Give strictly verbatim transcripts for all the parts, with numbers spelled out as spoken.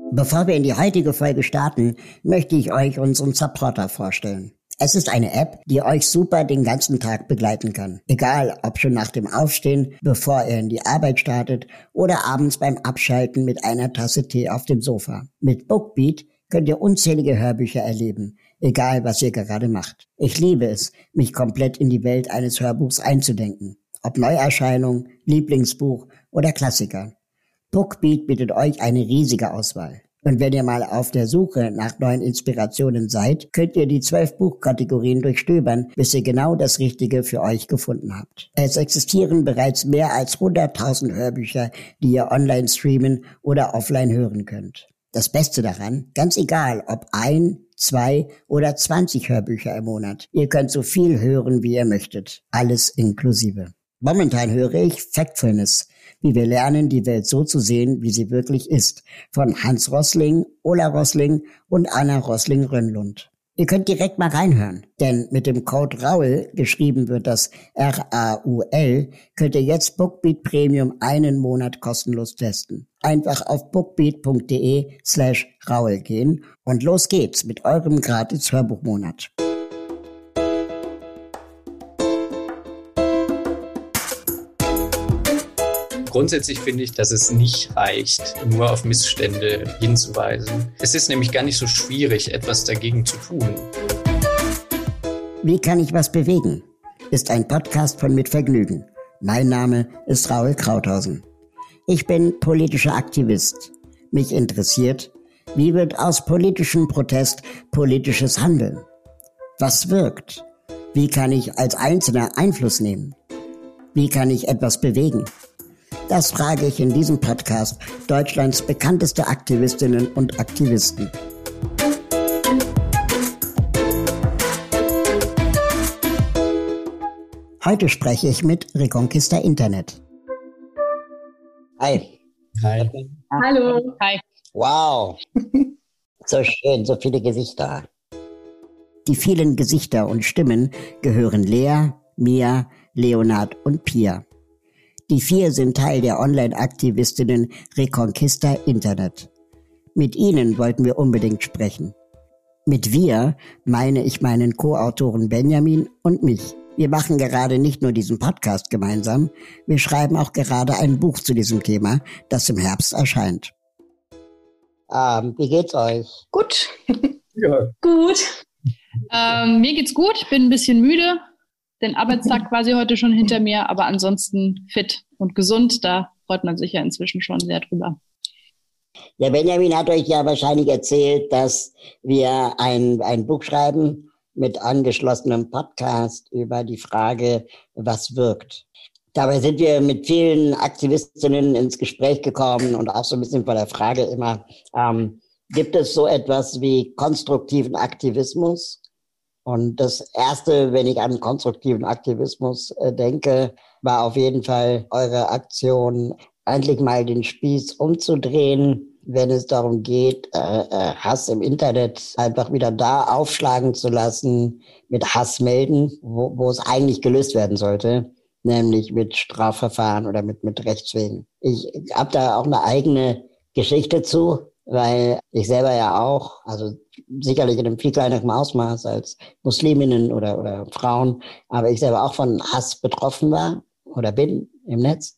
Bevor wir in die heutige Folge starten, möchte ich euch unseren Supporter vorstellen. Es ist eine App, die euch super den ganzen Tag begleiten kann. Egal, ob schon nach dem Aufstehen, bevor ihr in die Arbeit startet oder abends beim Abschalten mit einer Tasse Tee auf dem Sofa. Mit Bookbeat könnt ihr unzählige Hörbücher erleben, egal was ihr gerade macht. Ich liebe es, mich komplett in die Welt eines Hörbuchs einzudenken. Ob Neuerscheinung, Lieblingsbuch oder Klassiker. Bookbeat bietet euch eine riesige Auswahl. Und wenn ihr mal auf der Suche nach neuen Inspirationen seid, könnt ihr die zwölf Buchkategorien durchstöbern, bis ihr genau das Richtige für euch gefunden habt. Es existieren bereits mehr als hunderttausend Hörbücher, die ihr online streamen oder offline hören könnt. Das Beste daran, ganz egal ob ein, zwei oder zwanzig Hörbücher im Monat, ihr könnt so viel hören, wie ihr möchtet. Alles inklusive. Momentan höre ich Factfulness, wie wir lernen, die Welt so zu sehen, wie sie wirklich ist, von Hans Rosling, Ola Rosling und Anna Rosling-Rönnlund. Ihr könnt direkt mal reinhören, denn mit dem Code RAUL, geschrieben wird das R A U L, könnt ihr jetzt Bookbeat Premium einen Monat kostenlos testen. Einfach auf bookbeat.de slash RAUL gehen und los geht's mit eurem gratis Hörbuchmonat. Grundsätzlich finde ich, dass es nicht reicht, nur auf Missstände hinzuweisen. Es ist nämlich gar nicht so schwierig, etwas dagegen zu tun. Wie kann ich was bewegen? Ist ein Podcast von Mit Vergnügen. Mein Name ist Raul Krauthausen. Ich bin politischer Aktivist. Mich interessiert, wie wird aus politischem Protest politisches Handeln? Was wirkt? Wie kann ich als Einzelner Einfluss nehmen? Wie kann ich etwas bewegen? Das frage ich in diesem Podcast Deutschlands bekannteste Aktivistinnen und Aktivisten. Heute spreche ich mit Reconquista Internet. Hi. Hi. Hallo. Hi. Wow. So schön, so viele Gesichter. Die vielen Gesichter und Stimmen gehören Lea, Mia, Leonard und Pia. Die vier sind Teil der Online-Aktivistinnen Reconquista Internet. Mit ihnen wollten wir unbedingt sprechen. Mit wir meine ich meinen Co-Autoren Benjamin und mich. Wir machen gerade nicht nur diesen Podcast gemeinsam, wir schreiben auch gerade ein Buch zu diesem Thema, das im Herbst erscheint. Ähm, wie geht's euch? Gut. Ja. Gut. Ähm, mir geht's gut, ich bin ein bisschen müde. Den Arbeitstag quasi heute schon hinter mir, aber ansonsten fit und gesund. Da freut man sich ja inzwischen schon sehr drüber. Ja, Benjamin hat euch ja wahrscheinlich erzählt, dass wir ein, ein Buch schreiben mit angeschlossenem Podcast über die Frage, was wirkt. Dabei sind wir mit vielen Aktivistinnen ins Gespräch gekommen und auch so ein bisschen vor der Frage immer, ähm, gibt es so etwas wie konstruktiven Aktivismus? Und das Erste, wenn ich an konstruktiven Aktivismus äh, denke, war auf jeden Fall eure Aktion, endlich mal den Spieß umzudrehen, wenn es darum geht, äh, äh, Hass im Internet einfach wieder da aufschlagen zu lassen, mit Hassmelden, wo, wo es eigentlich gelöst werden sollte, nämlich mit Strafverfahren oder mit, mit Rechtswegen. Ich habe da auch eine eigene Geschichte zu, weil ich selber ja auch, also sicherlich in einem viel kleineren Ausmaß als Musliminnen oder, oder Frauen, aber ich selber auch von Hass betroffen war oder bin im Netz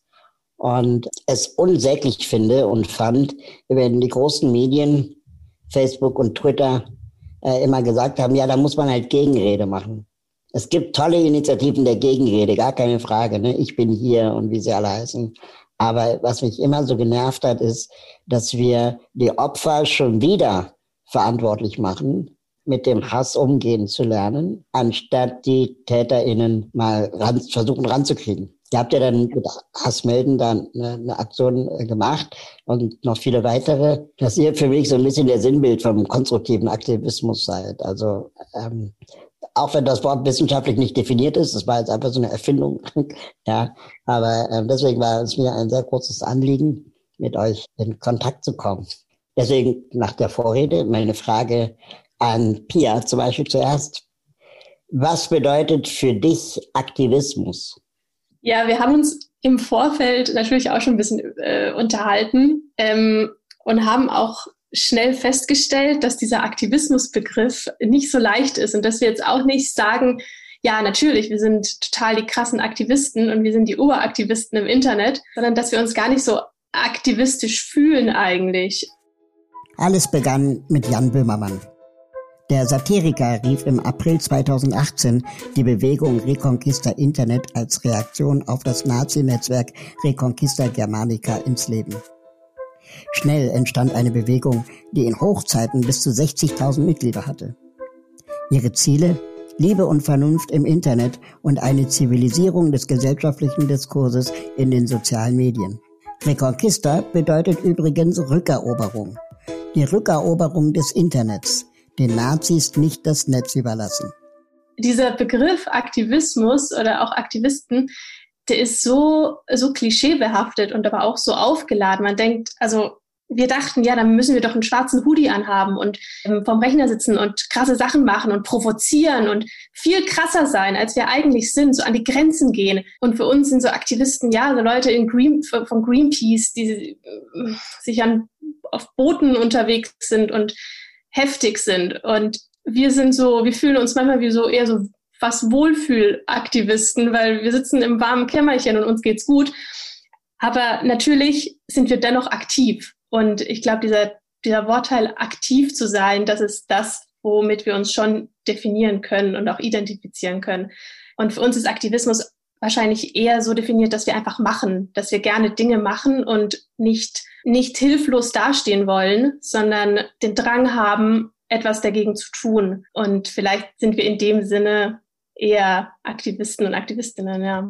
und es unsäglich finde und fand, wenn die großen Medien, Facebook und Twitter, äh, immer gesagt haben, ja, da muss man halt Gegenrede machen. Es gibt tolle Initiativen der Gegenrede, gar keine Frage, ne? Ich bin hier und wie sie alle heißen. Aber was mich immer so genervt hat, ist, dass wir die Opfer schon wieder verantwortlich machen, mit dem Hass umgehen zu lernen, anstatt die TäterInnen mal ran, versuchen ranzukriegen. Ihr habt ja dann mit Hassmelden dann eine, eine Aktion gemacht und noch viele weitere, dass ihr für mich so ein bisschen der Sinnbild vom konstruktiven Aktivismus seid. Also ähm, auch wenn das Wort wissenschaftlich nicht definiert ist, das war jetzt einfach so eine Erfindung, ja, aber äh, deswegen war es mir ein sehr großes Anliegen, mit euch in Kontakt zu kommen. Deswegen nach der Vorrede meine Frage an Pia zum Beispiel zuerst. Was bedeutet für dich Aktivismus? Ja, wir haben uns im Vorfeld natürlich auch schon ein bisschen äh, unterhalten ähm, und haben auch schnell festgestellt, dass dieser Aktivismusbegriff nicht so leicht ist und dass wir jetzt auch nicht sagen, ja, natürlich, wir sind total die krassen Aktivisten und wir sind die Oberaktivisten im Internet, sondern dass wir uns gar nicht so aktivistisch fühlen eigentlich. Alles begann mit Jan Böhmermann. Der Satiriker rief im April zweitausendachtzehn die Bewegung Reconquista Internet als Reaktion auf das Nazi-Netzwerk Reconquista Germanica ins Leben. Schnell entstand eine Bewegung, die in Hochzeiten bis zu sechzigtausend Mitglieder hatte. Ihre Ziele: Liebe und Vernunft im Internet und eine Zivilisierung des gesellschaftlichen Diskurses in den sozialen Medien. Reconquista bedeutet übrigens Rückeroberung. Die Rückeroberung des Internets. Den Nazis nicht das Netz überlassen. Dieser Begriff Aktivismus oder auch Aktivisten, der ist so, so klischeebehaftet und aber auch so aufgeladen. Man denkt, also wir dachten, ja, dann müssen wir doch einen schwarzen Hoodie anhaben und ähm, vorm Rechner sitzen und krasse Sachen machen und provozieren und viel krasser sein, als wir eigentlich sind, so an die Grenzen gehen. Und für uns sind so Aktivisten, ja, so Leute in Green, von Greenpeace, die äh, sich an, auf Booten unterwegs sind und heftig sind. Und wir sind so, wir fühlen uns manchmal wie so eher so fast Wohlfühlaktivisten, weil wir sitzen im warmen Kämmerchen und uns geht's gut. Aber natürlich sind wir dennoch aktiv. Und ich glaube, dieser, dieser Wortteil aktiv zu sein, das ist das, womit wir uns schon definieren können und auch identifizieren können. Und für uns ist Aktivismus wahrscheinlich eher so definiert, dass wir einfach machen, dass wir gerne Dinge machen und nicht, nicht hilflos dastehen wollen, sondern den Drang haben, etwas dagegen zu tun. Und vielleicht sind wir in dem Sinne eher Aktivisten und Aktivistinnen, ja.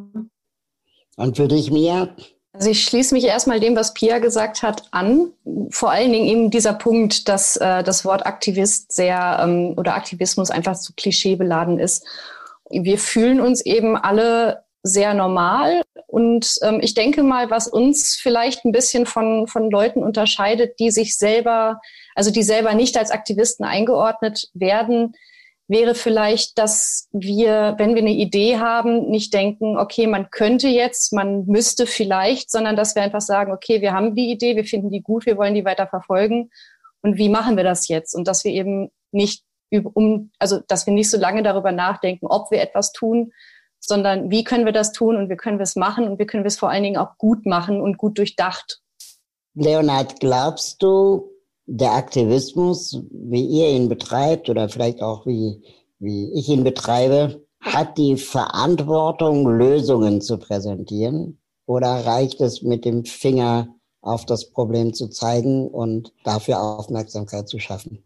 Und für dich, Mia? Also ich schließe mich erstmal dem, was Pia gesagt hat, an. Vor allen Dingen eben dieser Punkt, dass äh, das Wort Aktivist sehr ähm, oder Aktivismus einfach zu klischeebeladen ist. Wir fühlen uns eben alle sehr normal und ähm, ich denke mal, was uns vielleicht ein bisschen von von Leuten unterscheidet, die sich selber, also die selber nicht als Aktivisten eingeordnet werden, wäre vielleicht, dass wir, wenn wir eine Idee haben, nicht denken, okay, man könnte jetzt, man müsste vielleicht, sondern dass wir einfach sagen, okay, wir haben die Idee, wir finden die gut, wir wollen die weiter verfolgen und wie machen wir das jetzt? Und dass wir eben nicht um, also dass wir nicht so lange darüber nachdenken, ob wir etwas tun, sondern wie können wir das tun und wie können wir es machen und wie können wir es vor allen Dingen auch gut machen und gut durchdacht. Leonhard, glaubst du, der Aktivismus, wie ihr ihn betreibt oder vielleicht auch wie, wie ich ihn betreibe, hat die Verantwortung, Lösungen zu präsentieren? Oder reicht es, mit dem Finger auf das Problem zu zeigen und dafür Aufmerksamkeit zu schaffen?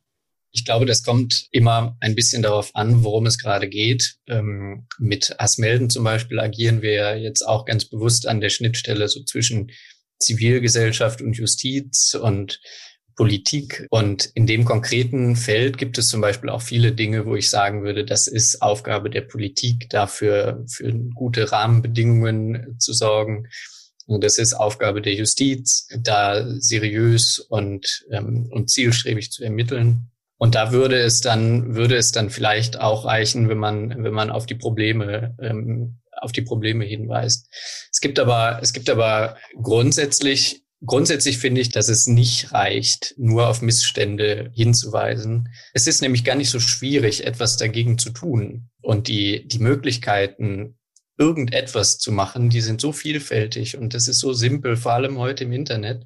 Ich glaube, das kommt immer ein bisschen darauf an, worum es gerade geht. Ähm, mit Asmelden zum Beispiel agieren wir jetzt auch ganz bewusst an der Schnittstelle so zwischen Zivilgesellschaft und Justiz und Politik. Und in dem konkreten Feld gibt es zum Beispiel auch viele Dinge, wo ich sagen würde, das ist Aufgabe der Politik, dafür für gute Rahmenbedingungen zu sorgen. Und das ist Aufgabe der Justiz, da seriös und, ähm, und zielstrebig zu ermitteln. Und da würde es dann, würde es dann vielleicht auch reichen, wenn man, wenn man auf die Probleme, ähm, auf die Probleme hinweist. Es gibt aber, es gibt aber grundsätzlich, grundsätzlich finde ich, dass es nicht reicht, nur auf Missstände hinzuweisen. Es ist nämlich gar nicht so schwierig, etwas dagegen zu tun. Und die, die Möglichkeiten, irgendetwas zu machen, die sind so vielfältig und das ist so simpel, vor allem heute im Internet.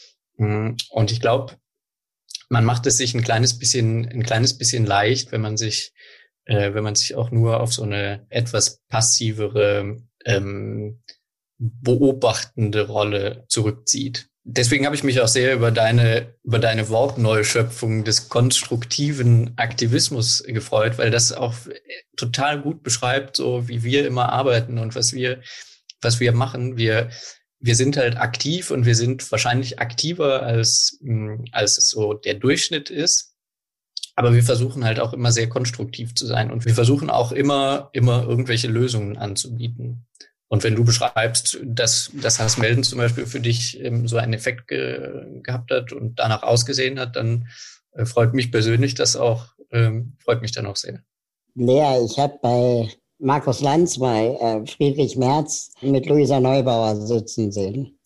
Und ich glaube, man macht es sich ein kleines bisschen, ein kleines bisschen leicht, wenn man sich, äh, wenn man sich auch nur auf so eine etwas passivere, ähm, beobachtende Rolle zurückzieht. Deswegen habe ich mich auch sehr über deine, über deine Wortneuschöpfung des konstruktiven Aktivismus gefreut, weil das auch total gut beschreibt, so wie wir immer arbeiten und was wir, was wir machen. Wir, Wir sind halt aktiv und wir sind wahrscheinlich aktiver als, als es so der Durchschnitt ist. Aber wir versuchen halt auch immer sehr konstruktiv zu sein und wir versuchen auch immer, immer irgendwelche Lösungen anzubieten. Und wenn du beschreibst, dass das Hassmelden zum Beispiel für dich ähm, so einen Effekt ge- gehabt hat und danach ausgesehen hat, dann äh, freut mich persönlich das auch, ähm, freut mich dann auch sehr. Lea, ich habe bei Markus Lanz bei äh, Friedrich Merz mit Luisa Neubauer sitzen sehen.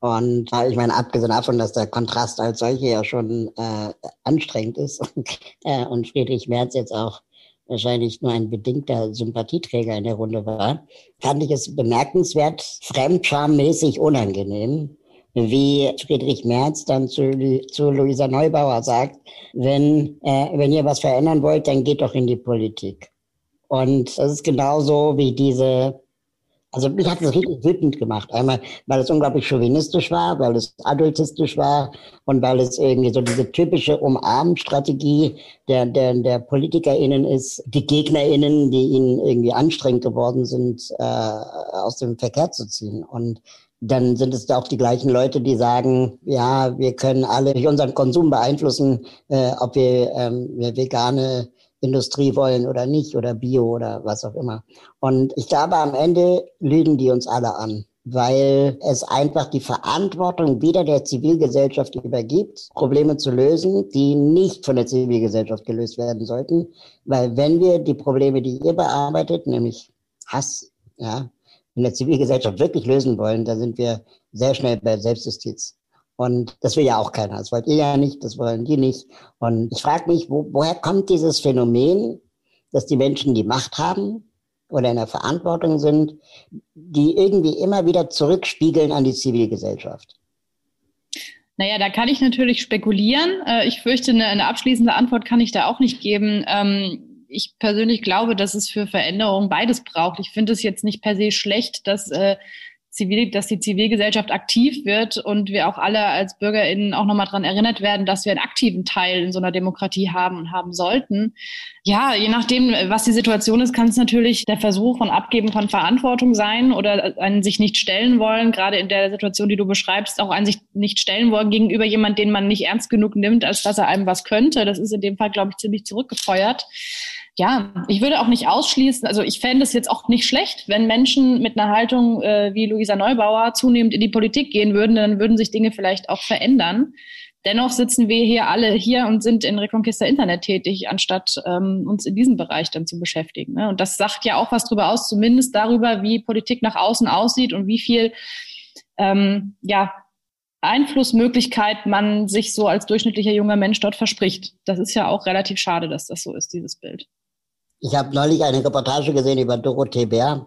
Und äh, ich meine, abgesehen davon, dass der Kontrast als solche ja schon äh, anstrengend ist äh, und Friedrich Merz jetzt auch wahrscheinlich nur ein bedingter Sympathieträger in der Runde war, fand ich es bemerkenswert, fremdschammäßig unangenehm, wie Friedrich Merz dann zu, zu Luisa Neubauer sagt, wenn, äh, wenn ihr was verändern wollt, dann geht doch in die Politik. Und das ist genauso wie diese, also mich hat es richtig wütend gemacht. Einmal, weil es unglaublich chauvinistisch war, weil es adultistisch war und weil es irgendwie so diese typische Umarmstrategie der, der, der PolitikerInnen ist, die GegnerInnen, die ihnen irgendwie anstrengend geworden sind, äh, aus dem Verkehr zu ziehen. Und dann sind es auch die gleichen Leute, die sagen, ja, wir können alle durch unseren Konsum beeinflussen, äh, ob wir ähm, eine vegane Industrie wollen oder nicht oder Bio oder was auch immer. Und ich glaube, am Ende lügen die uns alle an, weil es einfach die Verantwortung wieder der Zivilgesellschaft übergibt, Probleme zu lösen, die nicht von der Zivilgesellschaft gelöst werden sollten. Weil wenn wir die Probleme, die ihr bearbeitet, nämlich Hass, ja, in der Zivilgesellschaft wirklich lösen wollen, da sind wir sehr schnell bei Selbstjustiz. Und das will ja auch keiner. Das wollt ihr ja nicht, das wollen die nicht. Und ich frage mich, wo, woher kommt dieses Phänomen, dass die Menschen, die Macht haben oder in der Verantwortung sind, die irgendwie immer wieder zurückspiegeln an die Zivilgesellschaft? Naja, da kann ich natürlich spekulieren. Ich fürchte, eine, eine abschließende Antwort kann ich da auch nicht geben. Ich persönlich glaube, dass es für Veränderungen beides braucht. Ich finde es jetzt nicht per se schlecht, dass, äh, Zivil, dass die Zivilgesellschaft aktiv wird und wir auch alle als BürgerInnen auch nochmal dran erinnert werden, dass wir einen aktiven Teil in so einer Demokratie haben und haben sollten. Ja, je nachdem, was die Situation ist, kann es natürlich der Versuch von Abgeben von Verantwortung sein oder ein sich nicht stellen wollen, gerade in der Situation, die du beschreibst, auch ein sich nicht stellen wollen gegenüber jemand, den man nicht ernst genug nimmt, als dass er einem was könnte. Das ist in dem Fall, glaube ich, ziemlich zurückgefeuert. Ja, ich würde auch nicht ausschließen, also ich fände es jetzt auch nicht schlecht, wenn Menschen mit einer Haltung äh, wie Luisa Neubauer zunehmend in die Politik gehen würden, dann würden sich Dinge vielleicht auch verändern. Dennoch sitzen wir hier alle hier und sind in Reconquista Internet tätig, anstatt ähm, uns in diesem Bereich dann zu beschäftigen. Ne? Und das sagt ja auch was darüber aus, zumindest darüber, wie Politik nach außen aussieht und wie viel ähm, ja, Einflussmöglichkeit man sich so als durchschnittlicher junger Mensch dort verspricht. Das ist ja auch relativ schade, dass das so ist, dieses Bild. Ich habe neulich eine Reportage gesehen über Dorothee Bär,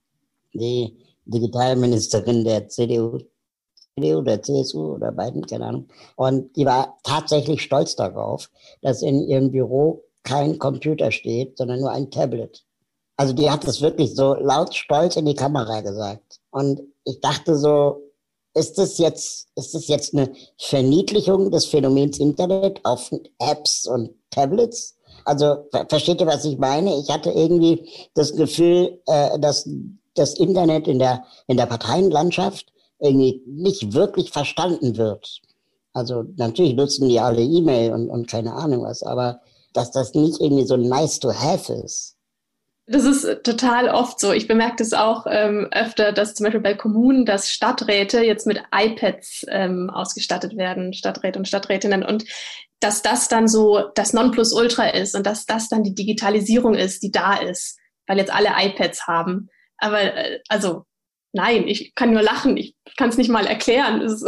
die Digitalministerin der C D U, C D U oder C S U oder beiden, keine Ahnung. Und die war tatsächlich stolz darauf, dass in ihrem Büro kein Computer steht, sondern nur ein Tablet. Also die hat es wirklich so laut stolz in die Kamera gesagt. Und ich dachte so, ist das jetzt, ist das jetzt eine Verniedlichung des Phänomens Internet auf Apps und Tablets? Also, versteht ihr, was ich meine? Ich hatte irgendwie das Gefühl, äh, dass das Internet in der, in der Parteienlandschaft irgendwie nicht wirklich verstanden wird. Also, natürlich nutzen die alle E-Mail und, und keine Ahnung was, aber dass das nicht irgendwie so nice to have ist. Das ist total oft so. Ich bemerke das auch ähm, öfter, dass zum Beispiel bei Kommunen, dass Stadträte jetzt mit iPads ähm, ausgestattet werden, Stadträte und Stadträtinnen, und dass das dann so das Nonplusultra ist und dass das dann die Digitalisierung ist, die da ist, weil jetzt alle iPads haben. Aber äh, also nein, ich kann nur lachen, ich kann es nicht mal erklären. Es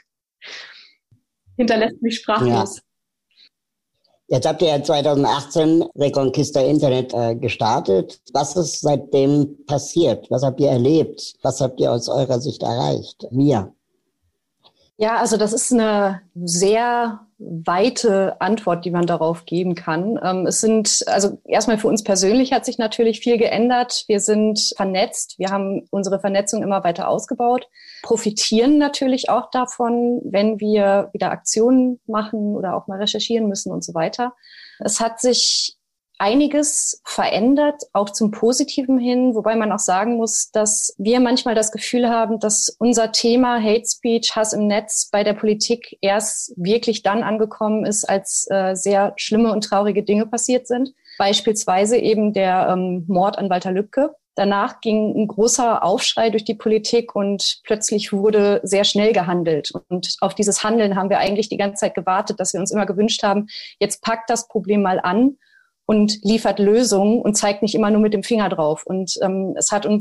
hinterlässt mich sprachlos. Ja. Jetzt habt ihr ja zwanzig achtzehn Reconquista Internet äh, gestartet. Was ist seitdem passiert? Was habt ihr erlebt? Was habt ihr aus eurer Sicht erreicht? Wir. Ja, also das ist eine sehr weite Antwort, die man darauf geben kann. Ähm, es sind, also erstmal für uns persönlich hat sich natürlich viel geändert. Wir sind vernetzt. Wir haben unsere Vernetzung immer weiter ausgebaut, profitieren natürlich auch davon, wenn wir wieder Aktionen machen oder auch mal recherchieren müssen und so weiter. Es hat sich einiges verändert, auch zum Positiven hin, wobei man auch sagen muss, dass wir manchmal das Gefühl haben, dass unser Thema Hate Speech, Hass im Netz bei der Politik erst wirklich dann angekommen ist, als äh, sehr schlimme und traurige Dinge passiert sind. Beispielsweise eben der ähm, Mord an Walter Lübcke. Danach ging ein großer Aufschrei durch die Politik und plötzlich wurde sehr schnell gehandelt. Und auf dieses Handeln haben wir eigentlich die ganze Zeit gewartet, dass wir uns immer gewünscht haben, jetzt packt das Problem mal an und liefert Lösungen und zeigt nicht immer nur mit dem Finger drauf. Und ähm, es hat uns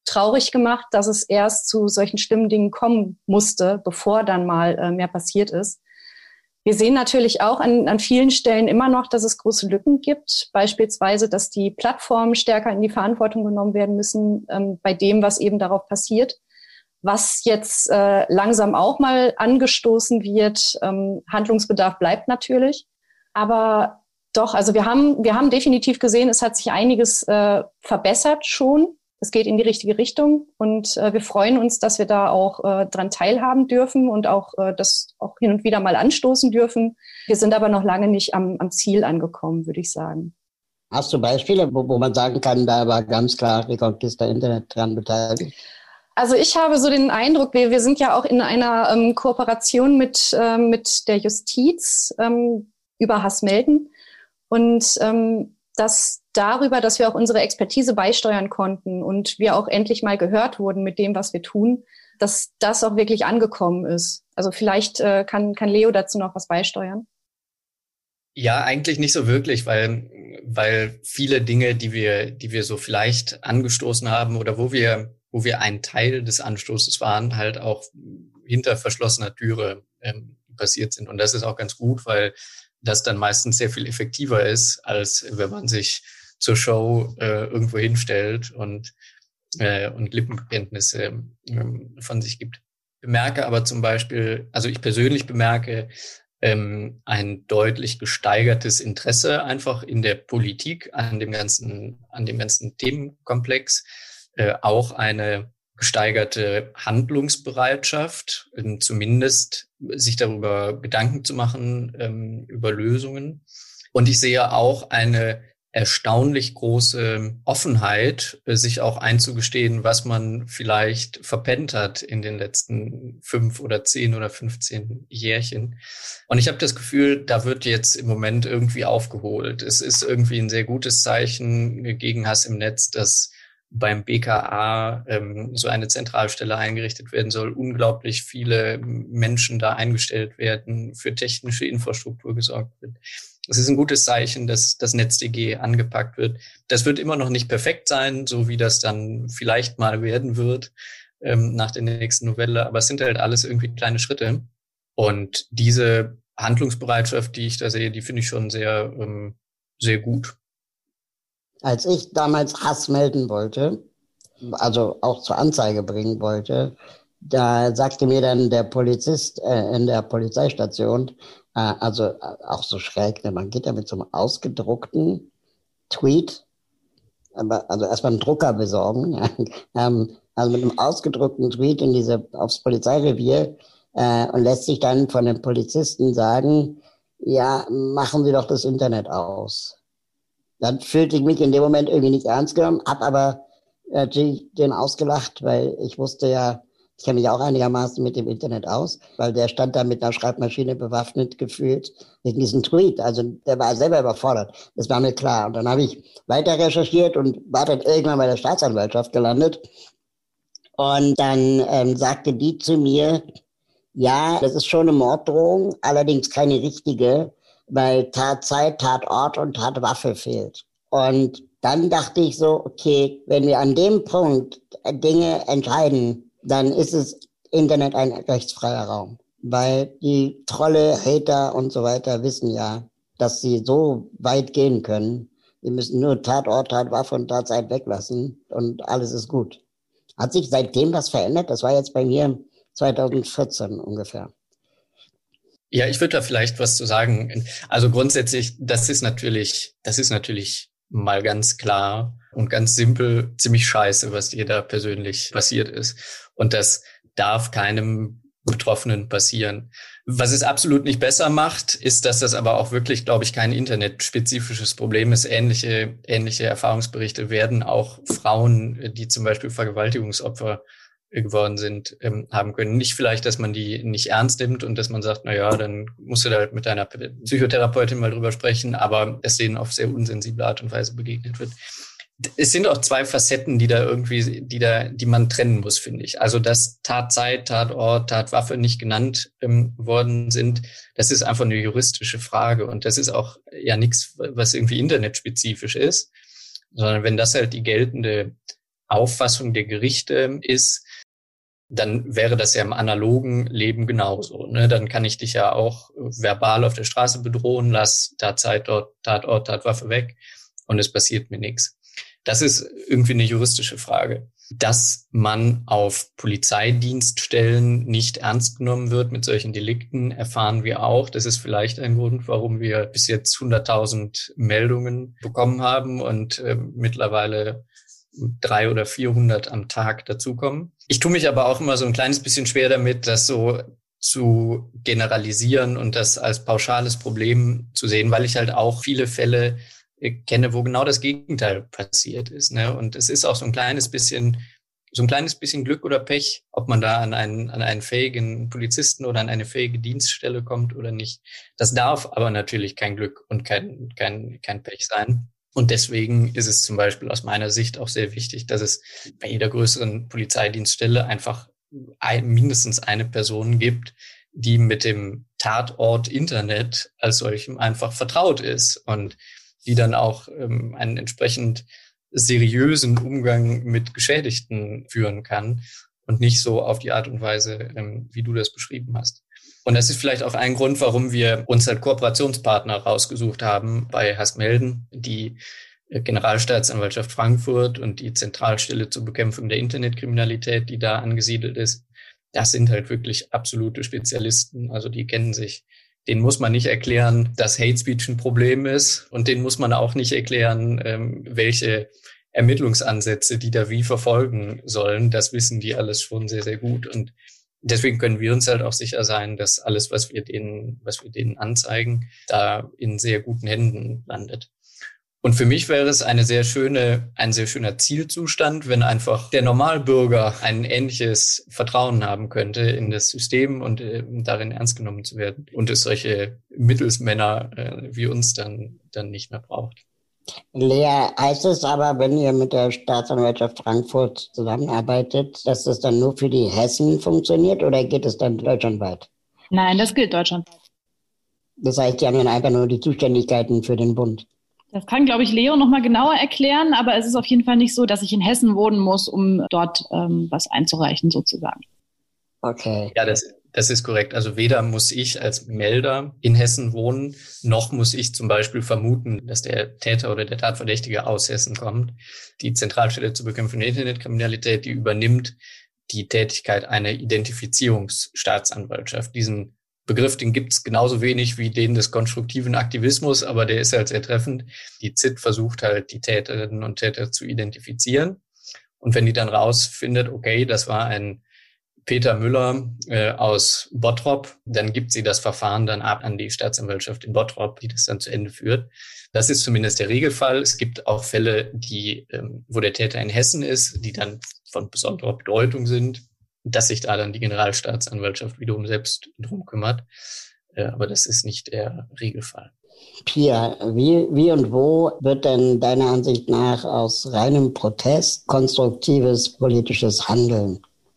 traurig gemacht, dass es erst zu solchen schlimmen Dingen kommen musste, bevor dann mal äh, mehr passiert ist. Wir sehen natürlich auch an, an vielen Stellen immer noch, dass es große Lücken gibt. Beispielsweise, dass die Plattformen stärker in die Verantwortung genommen werden müssen ähm, bei dem, was eben darauf passiert. Was jetzt äh, langsam auch mal angestoßen wird. Ähm, Handlungsbedarf bleibt natürlich. Aber doch, also wir haben, wir haben definitiv gesehen, es hat sich einiges äh, verbessert schon. Es geht in die richtige Richtung und äh, wir freuen uns, dass wir da auch äh, dran teilhaben dürfen und auch äh, das auch hin und wieder mal anstoßen dürfen. Wir sind aber noch lange nicht am, am Ziel angekommen, würde ich sagen. Hast du Beispiele, wo, wo man sagen kann, da war ganz klar Reconquista Internet dran beteiligt? Also ich habe so den Eindruck, wir, wir sind ja auch in einer ähm, Kooperation mit, äh, mit der Justiz ähm, über Hassmelden und ähm, dass darüber, dass wir auch unsere Expertise beisteuern konnten und wir auch endlich mal gehört wurden mit dem, was wir tun, dass das auch wirklich angekommen ist. Also vielleicht äh, kann, kann Leo dazu noch was beisteuern. Ja, eigentlich nicht so wirklich, weil, weil viele Dinge, die wir, die wir so vielleicht angestoßen haben oder wo wir, wo wir ein Teil des Anstoßes waren, halt auch hinter verschlossener Türe ähm, passiert sind. Und das ist auch ganz gut, weil das dann meistens sehr viel effektiver ist, als wenn man sich zur Show äh, irgendwo hinstellt und, äh, und Lippenbekenntnisse ähm, von sich gibt. Bemerke aber zum Beispiel, also ich persönlich bemerke ähm, ein deutlich gesteigertes Interesse einfach in der Politik an dem ganzen, an dem ganzen Themenkomplex, äh, auch eine gesteigerte Handlungsbereitschaft, äh, zumindest sich darüber Gedanken zu machen, ähm, über Lösungen. Und ich sehe auch eine erstaunlich große Offenheit, sich auch einzugestehen, was man vielleicht verpennt hat in den letzten fünf oder zehn oder fünfzehn Jährchen. Und ich habe das Gefühl, da wird jetzt im Moment irgendwie aufgeholt. Es ist irgendwie ein sehr gutes Zeichen gegen Hass im Netz, dass beim B K A ähm, so eine Zentralstelle eingerichtet werden soll, unglaublich viele Menschen da eingestellt werden, für technische Infrastruktur gesorgt wird. Es ist ein gutes Zeichen, dass das NetzDG angepackt wird. Das wird immer noch nicht perfekt sein, so wie das dann vielleicht mal werden wird ähm, nach der nächsten Novelle. Aber es sind halt alles irgendwie kleine Schritte. Und diese Handlungsbereitschaft, die ich da sehe, die finde ich schon sehr, ähm, sehr gut. Als ich damals Hass melden wollte, also auch zur Anzeige bringen wollte, da sagte mir dann der Polizist äh, in der Polizeistation, äh, also äh, auch so schräg, ne, man geht ja mit so einem ausgedruckten Tweet, aber also erstmal einen Drucker besorgen, ja, ähm, also mit einem ausgedruckten Tweet in diese aufs Polizeirevier äh, und lässt sich dann von den Polizisten sagen, ja, machen Sie doch das Internet aus. Dann fühlte ich mich in dem Moment irgendwie nicht ernst genommen, hab aber natürlich den ausgelacht, weil ich wusste ja, ich kenne mich auch einigermaßen mit dem Internet aus, weil der stand da mit einer Schreibmaschine bewaffnet gefühlt mit diesem Tweet. Also der war selber überfordert. Das war mir klar. Und dann habe ich weiter recherchiert und war dann irgendwann bei der Staatsanwaltschaft gelandet. Und dann ähm, sagte die zu mir, ja, das ist schon eine Morddrohung, allerdings keine richtige, weil Tatzeit, Tatort und Tatwaffe fehlt. Und dann dachte ich so, okay, wenn wir an dem Punkt Dinge entscheiden, dann ist es Internet ein rechtsfreier Raum. Weil die Trolle, Hater und so weiter wissen ja, dass sie so weit gehen können. Sie müssen nur Tatort, Tatwaffe und Tatzeit weglassen und alles ist gut. Hat sich seitdem was verändert? Das war jetzt bei mir zweitausendvierzehn ungefähr. Ja, ich würde da vielleicht was zu sagen. Also grundsätzlich, das ist natürlich, das ist natürlich mal ganz klar und ganz simpel ziemlich scheiße, was dir da persönlich passiert ist. Und das darf keinem Betroffenen passieren. Was es absolut nicht besser macht, ist, dass das aber auch wirklich, glaube ich, kein internetspezifisches Problem ist. Ähnliche, ähnliche Erfahrungsberichte werden auch Frauen, die zum Beispiel Vergewaltigungsopfer geworden sind, ähm, haben können. Nicht vielleicht, dass man die nicht ernst nimmt und dass man sagt, na ja, dann musst du da halt mit deiner Psychotherapeutin mal drüber sprechen, aber es denen auf sehr unsensible Art und Weise begegnet wird. Es sind auch zwei Facetten, die da irgendwie, die da, die man trennen muss, finde ich. Also, dass Tatzeit, Tatort, Tatwaffe nicht genannt ähm, worden sind, das ist einfach eine juristische Frage und das ist auch ja nichts, was irgendwie internetspezifisch ist, sondern wenn das halt die geltende Auffassung der Gerichte ist, dann wäre das ja im analogen Leben genauso. Ne? Dann kann ich dich ja auch verbal auf der Straße bedrohen, lass Tatzeit dort, Tatort, Tatwaffe weg und es passiert mir nichts. Das ist irgendwie eine juristische Frage. Dass man auf Polizeidienststellen nicht ernst genommen wird mit solchen Delikten, erfahren wir auch. Das ist vielleicht ein Grund, warum wir bis jetzt hunderttausend Meldungen bekommen haben und äh, mittlerweile drei oder vierhundert am Tag dazukommen. Ich tue mich aber auch immer so ein kleines bisschen schwer damit, das so zu generalisieren und das als pauschales Problem zu sehen, weil ich halt auch viele Fälle kenne, wo genau das Gegenteil passiert ist. Ne? Und es ist auch so ein kleines bisschen, so ein kleines bisschen Glück oder Pech, ob man da an einen, an einen fähigen Polizisten oder an eine fähige Dienststelle kommt oder nicht. Das darf aber natürlich kein Glück und kein, kein, kein Pech sein. Und deswegen ist es zum Beispiel aus meiner Sicht auch sehr wichtig, dass es bei jeder größeren Polizeidienststelle einfach ein, mindestens eine Person gibt, die mit dem Tatort Internet als solchem einfach vertraut ist und die dann auch ähm, einen entsprechend seriösen Umgang mit Geschädigten führen kann und nicht so auf die Art und Weise, ähm, wie du das beschrieben hast. Und das ist vielleicht auch ein Grund, warum wir uns als Kooperationspartner rausgesucht haben bei Hasmelden, die Generalstaatsanwaltschaft Frankfurt und die Zentralstelle zur Bekämpfung der Internetkriminalität, die da angesiedelt ist. Das sind halt wirklich absolute Spezialisten. Also die kennen sich. Denen muss man nicht erklären, dass Hate Speech ein Problem ist. Und denen muss man auch nicht erklären, ähm, welche Ermittlungsansätze die da wie verfolgen sollen. Das wissen die alles schon sehr, sehr gut. Und deswegen können wir uns halt auch sicher sein, dass alles, was wir denen, was wir denen anzeigen, da in sehr guten Händen landet. Und für mich wäre es eine sehr schöne, ein sehr schöner Zielzustand, wenn einfach der Normalbürger ein ähnliches Vertrauen haben könnte in das System und äh, darin ernst genommen zu werden und es solche Mittelsmänner äh, wie uns dann, dann nicht mehr braucht. Lea, heißt es aber, wenn ihr mit der Staatsanwaltschaft Frankfurt zusammenarbeitet, dass das dann nur für die Hessen funktioniert oder geht es dann deutschlandweit? Nein, das gilt deutschlandweit. Das heißt, die haben dann einfach nur die Zuständigkeiten für den Bund. Das kann, glaube ich, Leo nochmal genauer erklären, aber es ist auf jeden Fall nicht so, dass ich in Hessen wohnen muss, um dort ähm, was einzureichen, sozusagen. Okay. Ja, das, das ist korrekt. Also weder muss ich als Melder in Hessen wohnen, noch muss ich zum Beispiel vermuten, dass der Täter oder der Tatverdächtige aus Hessen kommt. Die Zentralstelle zur Bekämpfung der Internetkriminalität, die übernimmt die Tätigkeit einer Identifizierungsstaatsanwaltschaft. Diesen Begriff, den gibt es genauso wenig wie den des konstruktiven Aktivismus, aber der ist halt sehr treffend. Die Z I T versucht halt, die Täterinnen und Täter zu identifizieren. Und wenn die dann rausfindet, okay, das war ein Peter Müller äh, aus Bottrop, dann gibt sie das Verfahren dann ab an die Staatsanwaltschaft in Bottrop, die das dann zu Ende führt. Das ist zumindest der Regelfall. Es gibt auch Fälle, die, ähm, wo der Täter in Hessen ist, die dann von besonderer Bedeutung sind, dass sich da dann die Generalstaatsanwaltschaft wiederum selbst drum kümmert. Äh, aber das ist nicht der Regelfall. Pia, wie, wie und wo wird denn deiner Ansicht nach aus reinem Protest konstruktives politisches Handeln?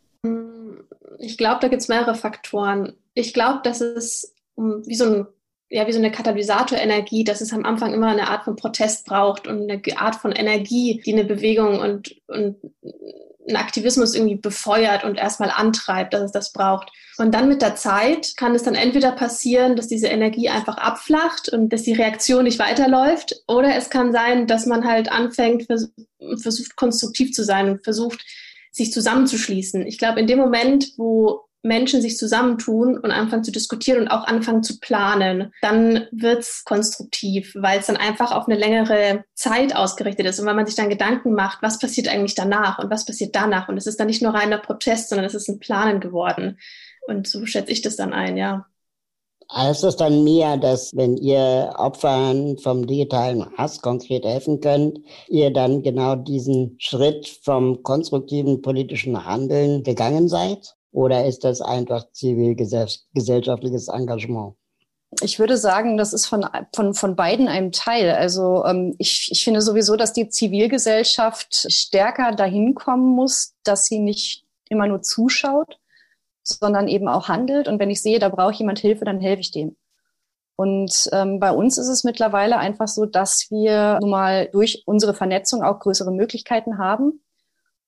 Ich glaube, da gibt es mehrere Faktoren. Ich glaube, dass es wie so, ein, ja, wie so eine Katalysatorenergie, dass es am Anfang immer eine Art von Protest braucht und eine Art von Energie, die eine Bewegung und, und einen Aktivismus irgendwie befeuert und erstmal antreibt, dass es das braucht. Und dann mit der Zeit kann es dann entweder passieren, dass diese Energie einfach abflacht und dass die Reaktion nicht weiterläuft, oder es kann sein, dass man halt anfängt, vers- versucht konstruktiv zu sein und versucht, sich zusammenzuschließen. Ich glaube, in dem Moment, wo Menschen sich zusammentun und anfangen zu diskutieren und auch anfangen zu planen, dann wird's konstruktiv, weil es dann einfach auf eine längere Zeit ausgerichtet ist und weil man sich dann Gedanken macht, was passiert eigentlich danach und was passiert danach. Und es ist dann nicht nur reiner Protest, sondern es ist ein Planen geworden. Und so schätze ich das dann ein, ja. Heißt es dann, Mia, dass wenn ihr Opfern vom digitalen Hass konkret helfen könnt, ihr dann genau diesen Schritt vom konstruktiven politischen Handeln gegangen seid? Oder ist das einfach zivilgesellschaftliches Engagement? Ich würde sagen, das ist von, von, von beiden ein Teil. Also ähm, ich, ich finde sowieso, dass die Zivilgesellschaft stärker dahin kommen muss, dass sie nicht immer nur zuschaut, sondern eben auch handelt. Und wenn ich sehe, da braucht jemand Hilfe, dann helfe ich dem. Und ähm, bei uns ist es mittlerweile einfach so, dass wir nun mal durch unsere Vernetzung auch größere Möglichkeiten haben.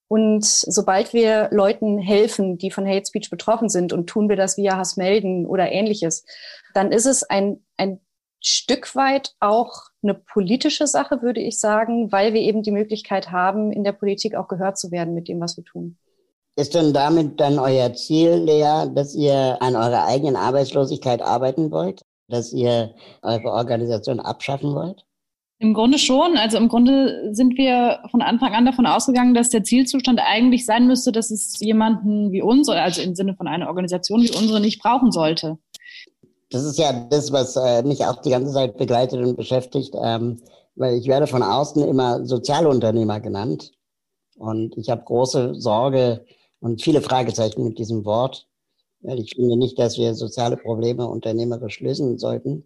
Und sobald wir Leuten helfen, die von Hate Speech betroffen sind, und tun wir das via Hassmelden oder Ähnliches, dann ist es ein, ein Stück weit auch eine politische Sache, würde ich sagen, weil wir eben die Möglichkeit haben, in der Politik auch gehört zu werden mit dem, was wir tun. Ist denn damit dann euer Ziel, Lea, dass ihr an eurer eigenen Arbeitslosigkeit arbeiten wollt? Dass ihr eure Organisation abschaffen wollt? Im Grunde schon. Also im Grunde sind wir von Anfang an davon ausgegangen, dass der Zielzustand eigentlich sein müsste, dass es jemanden wie uns, oder also im Sinne von einer Organisation wie unsere, nicht brauchen sollte. Das ist ja das, was äh, mich auch die ganze Zeit begleitet und beschäftigt, ähm, weil ich werde von außen immer Sozialunternehmer genannt. Und ich habe große Sorge und viele Fragezeichen mit diesem Wort, weil ich finde nicht, dass wir soziale Probleme unternehmerisch lösen sollten,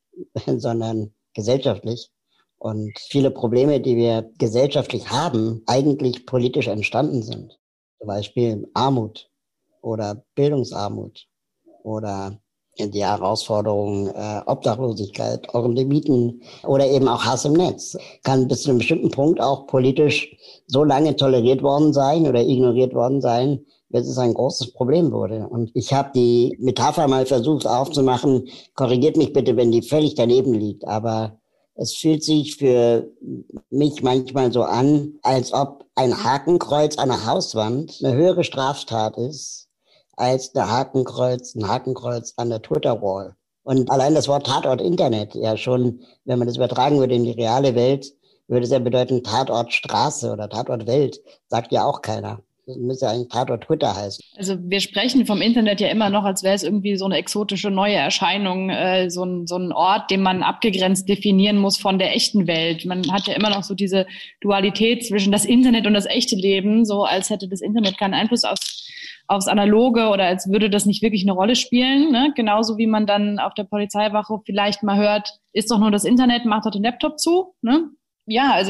sondern gesellschaftlich. Und viele Probleme, die wir gesellschaftlich haben, eigentlich politisch entstanden sind. Zum Beispiel Armut oder Bildungsarmut oder die Herausforderung äh, Obdachlosigkeit, ordentliche Mieten oder eben auch Hass im Netz. Kann bis zu einem bestimmten Punkt auch politisch so lange toleriert worden sein oder ignoriert worden sein, bis es ein großes Problem wurde. Und ich habe die Metapher mal versucht aufzumachen, korrigiert mich bitte, wenn die völlig daneben liegt, aber es fühlt sich für mich manchmal so an, als ob ein Hakenkreuz an der Hauswand eine höhere Straftat ist, als ein Hakenkreuz, ein Hakenkreuz an der Twitter-Wall. Und allein das Wort Tatort Internet, ja schon, wenn man das übertragen würde in die reale Welt, würde es ja bedeuten Tatort Straße oder Tatort Welt, sagt ja auch keiner. Das müsste eigentlich Tatort Twitter heißen. Also wir sprechen vom Internet ja immer noch, als wäre es irgendwie so eine exotische neue Erscheinung, äh, so ein, so ein Ort, den man abgegrenzt definieren muss von der echten Welt. Man hat ja immer noch so diese Dualität zwischen das Internet und das echte Leben, so als hätte das Internet keinen Einfluss aufs, aufs Analoge oder als würde das nicht wirklich eine Rolle spielen. Ne? Genauso wie man dann auf der Polizeiwache vielleicht mal hört, ist doch nur das Internet, macht doch den Laptop zu. Ne? Ja, also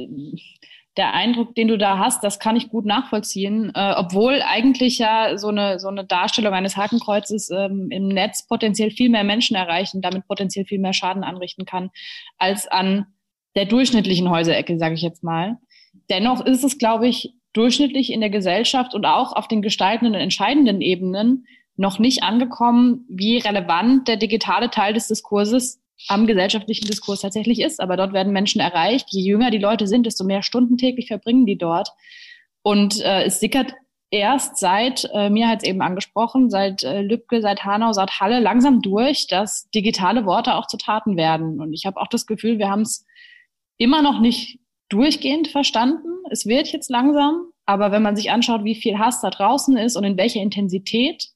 der Eindruck, den du da hast, das kann ich gut nachvollziehen, äh, obwohl eigentlich ja so eine so eine Darstellung eines Hakenkreuzes ähm, im Netz potenziell viel mehr Menschen erreichen, damit potenziell viel mehr Schaden anrichten kann, als an der durchschnittlichen Häuserecke, sage ich jetzt mal. Dennoch ist es, glaube ich, durchschnittlich in der Gesellschaft und auch auf den gestaltenden und entscheidenden Ebenen noch nicht angekommen, wie relevant der digitale Teil des Diskurses am gesellschaftlichen Diskurs tatsächlich ist. Aber dort werden Menschen erreicht. Je jünger die Leute sind, desto mehr Stunden täglich verbringen die dort. Und äh, es sickert erst seit, äh, mir hat es eben angesprochen, seit äh, Lübcke, seit Hanau, seit Halle langsam durch, dass digitale Worte auch zu Taten werden. Und ich habe auch das Gefühl, wir haben es immer noch nicht durchgehend verstanden. Es wird jetzt langsam. Aber wenn man sich anschaut, wie viel Hass da draußen ist und in welcher Intensität,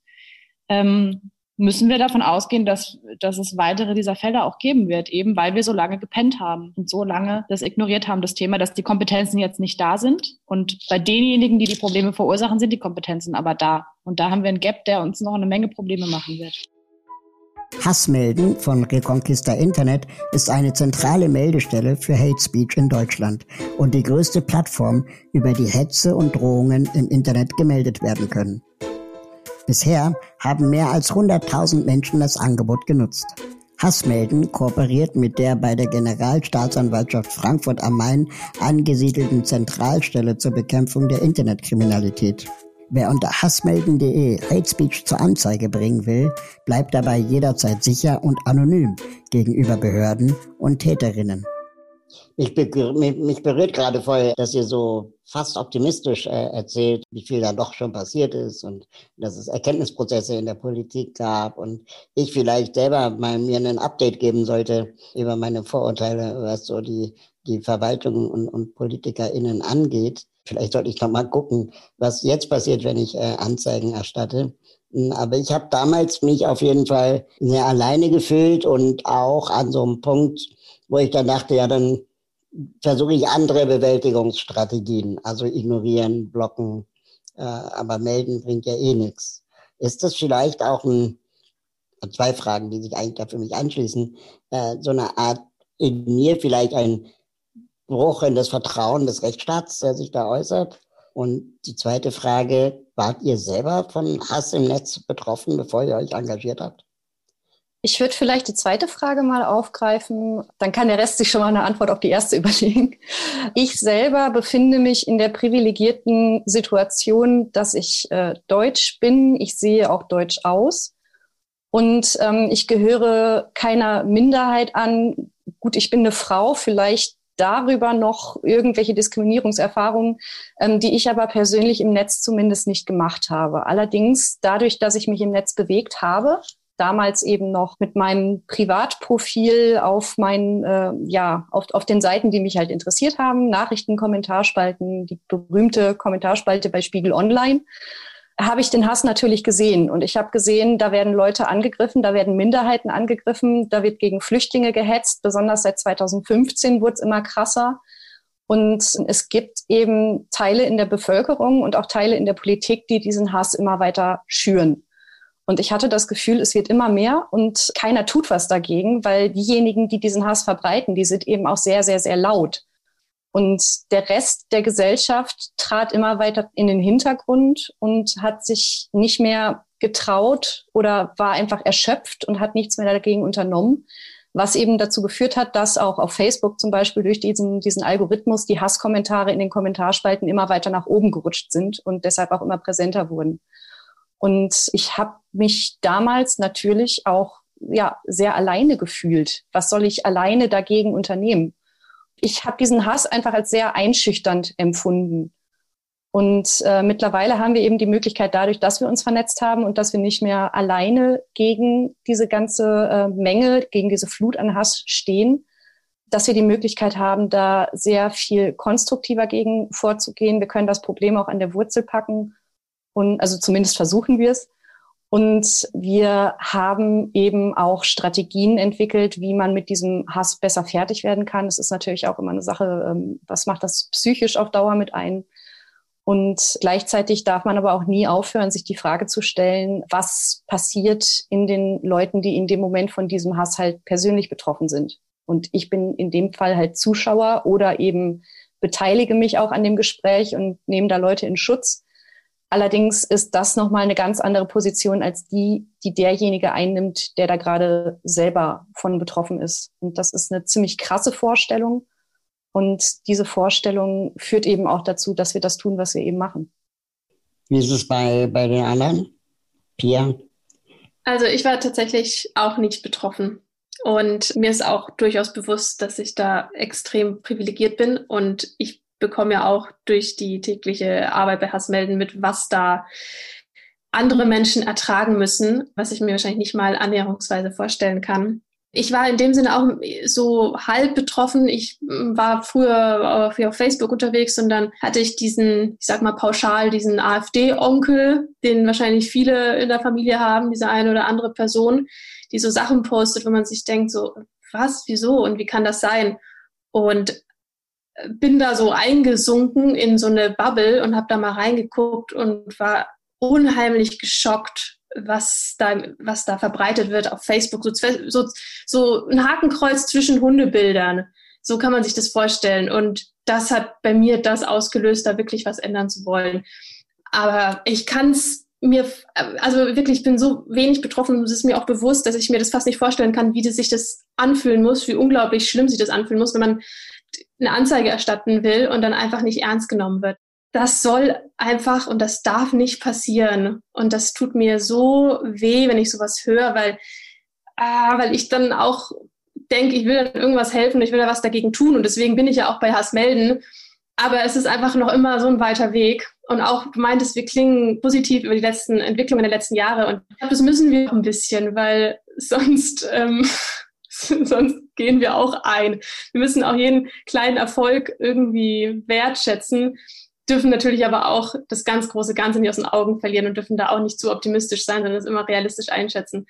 ähm, müssen wir davon ausgehen, dass, dass es weitere dieser Fälle auch geben wird, eben weil wir so lange gepennt haben und so lange das ignoriert haben, das Thema, dass die Kompetenzen jetzt nicht da sind. Und bei denjenigen, die die Probleme verursachen, sind die Kompetenzen aber da. Und da haben wir einen Gap, der uns noch eine Menge Probleme machen wird. Hassmelden von Reconquista Internet ist eine zentrale Meldestelle für Hate Speech in Deutschland und die größte Plattform, über die Hetze und Drohungen im Internet gemeldet werden können. Bisher haben mehr als hunderttausend Menschen das Angebot genutzt. Hassmelden kooperiert mit der bei der Generalstaatsanwaltschaft Frankfurt am Main angesiedelten Zentralstelle zur Bekämpfung der Internetkriminalität. Wer unter hassmelden punkt de Hate Speech zur Anzeige bringen will, bleibt dabei jederzeit sicher und anonym gegenüber Behörden und Täterinnen. Mich, be- mich berührt gerade voll, dass ihr so fast optimistisch äh, erzählt, wie viel da doch schon passiert ist und dass es Erkenntnisprozesse in der Politik gab und ich vielleicht selber mal mir ein Update geben sollte über meine Vorurteile, was so die, die Verwaltung und, und PolitikerInnen angeht. Vielleicht sollte ich noch mal gucken, was jetzt passiert, wenn ich äh, Anzeigen erstatte. Aber ich habe damals mich auf jeden Fall sehr alleine gefühlt und auch an so einem Punkt, wo ich dann dachte, ja, dann versuche ich andere Bewältigungsstrategien, also ignorieren, blocken, äh, aber melden bringt ja eh nichts. Ist das vielleicht auch ein, zwei Fragen, die sich eigentlich da für mich anschließen, äh, so eine Art, in mir vielleicht ein Bruch in das Vertrauen des Rechtsstaats, der sich da äußert? Und die zweite Frage, wart ihr selber von Hass im Netz betroffen, bevor ihr euch engagiert habt? Ich würde vielleicht die zweite Frage mal aufgreifen. Dann kann der Rest sich schon mal eine Antwort auf die erste überlegen. Ich selber befinde mich in der privilegierten Situation, dass ich äh, deutsch bin. Ich sehe auch deutsch aus. Und ähm, ich gehöre keiner Minderheit an. Gut, ich bin eine Frau, vielleicht darüber noch irgendwelche Diskriminierungserfahrungen, ähm, die ich aber persönlich im Netz zumindest nicht gemacht habe. Allerdings dadurch, dass ich mich im Netz bewegt habe, damals eben noch mit meinem Privatprofil auf meinen, äh, ja, auf, auf den Seiten, die mich halt interessiert haben, Nachrichten, Kommentarspalten, die berühmte Kommentarspalte bei Spiegel Online, habe ich den Hass natürlich gesehen. Und ich habe gesehen, da werden Leute angegriffen, da werden Minderheiten angegriffen, da wird gegen Flüchtlinge gehetzt, besonders seit zweitausendfünfzehn wurde es immer krasser. Und es gibt eben Teile in der Bevölkerung und auch Teile in der Politik, die diesen Hass immer weiter schüren. Und ich hatte das Gefühl, es wird immer mehr und keiner tut was dagegen, weil diejenigen, die diesen Hass verbreiten, die sind eben auch sehr, sehr, sehr laut. Und der Rest der Gesellschaft trat immer weiter in den Hintergrund und hat sich nicht mehr getraut oder war einfach erschöpft und hat nichts mehr dagegen unternommen, was eben dazu geführt hat, dass auch auf Facebook zum Beispiel durch diesen, diesen Algorithmus die Hasskommentare in den Kommentarspalten immer weiter nach oben gerutscht sind und deshalb auch immer präsenter wurden. Und ich habe mich damals natürlich auch ja sehr alleine gefühlt. Was soll ich alleine dagegen unternehmen? Ich habe diesen Hass einfach als sehr einschüchternd empfunden. Und äh, mittlerweile haben wir eben die Möglichkeit, dadurch, dass wir uns vernetzt haben und dass wir nicht mehr alleine gegen diese ganze äh, Menge, gegen diese Flut an Hass stehen, dass wir die Möglichkeit haben, da sehr viel konstruktiver gegen vorzugehen. Wir können das Problem auch an der Wurzel packen. Und also zumindest versuchen wir es. Und wir haben eben auch Strategien entwickelt, wie man mit diesem Hass besser fertig werden kann. Es ist natürlich auch immer eine Sache, was macht das psychisch auf Dauer mit ein? Und gleichzeitig darf man aber auch nie aufhören, sich die Frage zu stellen, was passiert in den Leuten, die in dem Moment von diesem Hass halt persönlich betroffen sind. Und ich bin in dem Fall halt Zuschauer oder eben beteilige mich auch an dem Gespräch und nehme da Leute in Schutz. Allerdings ist das nochmal eine ganz andere Position als die, die derjenige einnimmt, der da gerade selber von betroffen ist. Und das ist eine ziemlich krasse Vorstellung. Und diese Vorstellung führt eben auch dazu, dass wir das tun, was wir eben machen. Wie ist es bei, bei den anderen? Pia? Also ich war tatsächlich auch nicht betroffen. Und mir ist auch durchaus bewusst, dass ich da extrem privilegiert bin. Und ich bekomme ja auch durch die tägliche Arbeit bei Hassmelden mit, was da andere Menschen ertragen müssen, was ich mir wahrscheinlich nicht mal annäherungsweise vorstellen kann. Ich war in dem Sinne auch so halb betroffen. Ich war früher auf Facebook unterwegs und dann hatte ich diesen, ich sag mal pauschal, diesen AfD-Onkel, den wahrscheinlich viele in der Familie haben, diese eine oder andere Person, die so Sachen postet, wo man sich denkt, so, was, wieso und wie kann das sein? Und bin da so eingesunken in so eine Bubble und habe da mal reingeguckt und war unheimlich geschockt, was da, was da verbreitet wird auf Facebook. So, so, so ein Hakenkreuz zwischen Hundebildern. So kann man sich das vorstellen. Und das hat bei mir das ausgelöst, da wirklich was ändern zu wollen. Aber ich kann es mir, also wirklich, ich bin so wenig betroffen und es ist mir auch bewusst, dass ich mir das fast nicht vorstellen kann, wie das sich das anfühlen muss, wie unglaublich schlimm sich das anfühlen muss, wenn man eine Anzeige erstatten will und dann einfach nicht ernst genommen wird. Das soll einfach und das darf nicht passieren. Und das tut mir so weh, wenn ich sowas höre, weil, ah, weil ich dann auch denke, ich will dann irgendwas helfen, ich will da was dagegen tun. Und deswegen bin ich ja auch bei Hassmelden. Aber es ist einfach noch immer so ein weiter Weg. Und auch du meintest, wir klingen positiv über die letzten Entwicklungen der letzten Jahre. Und ich glaube, das müssen wir auch ein bisschen, weil sonst... Ähm, Sonst gehen wir auch ein. Wir müssen auch jeden kleinen Erfolg irgendwie wertschätzen, dürfen natürlich aber auch das ganz große Ganze nicht aus den Augen verlieren und dürfen da auch nicht zu optimistisch sein, sondern es immer realistisch einschätzen.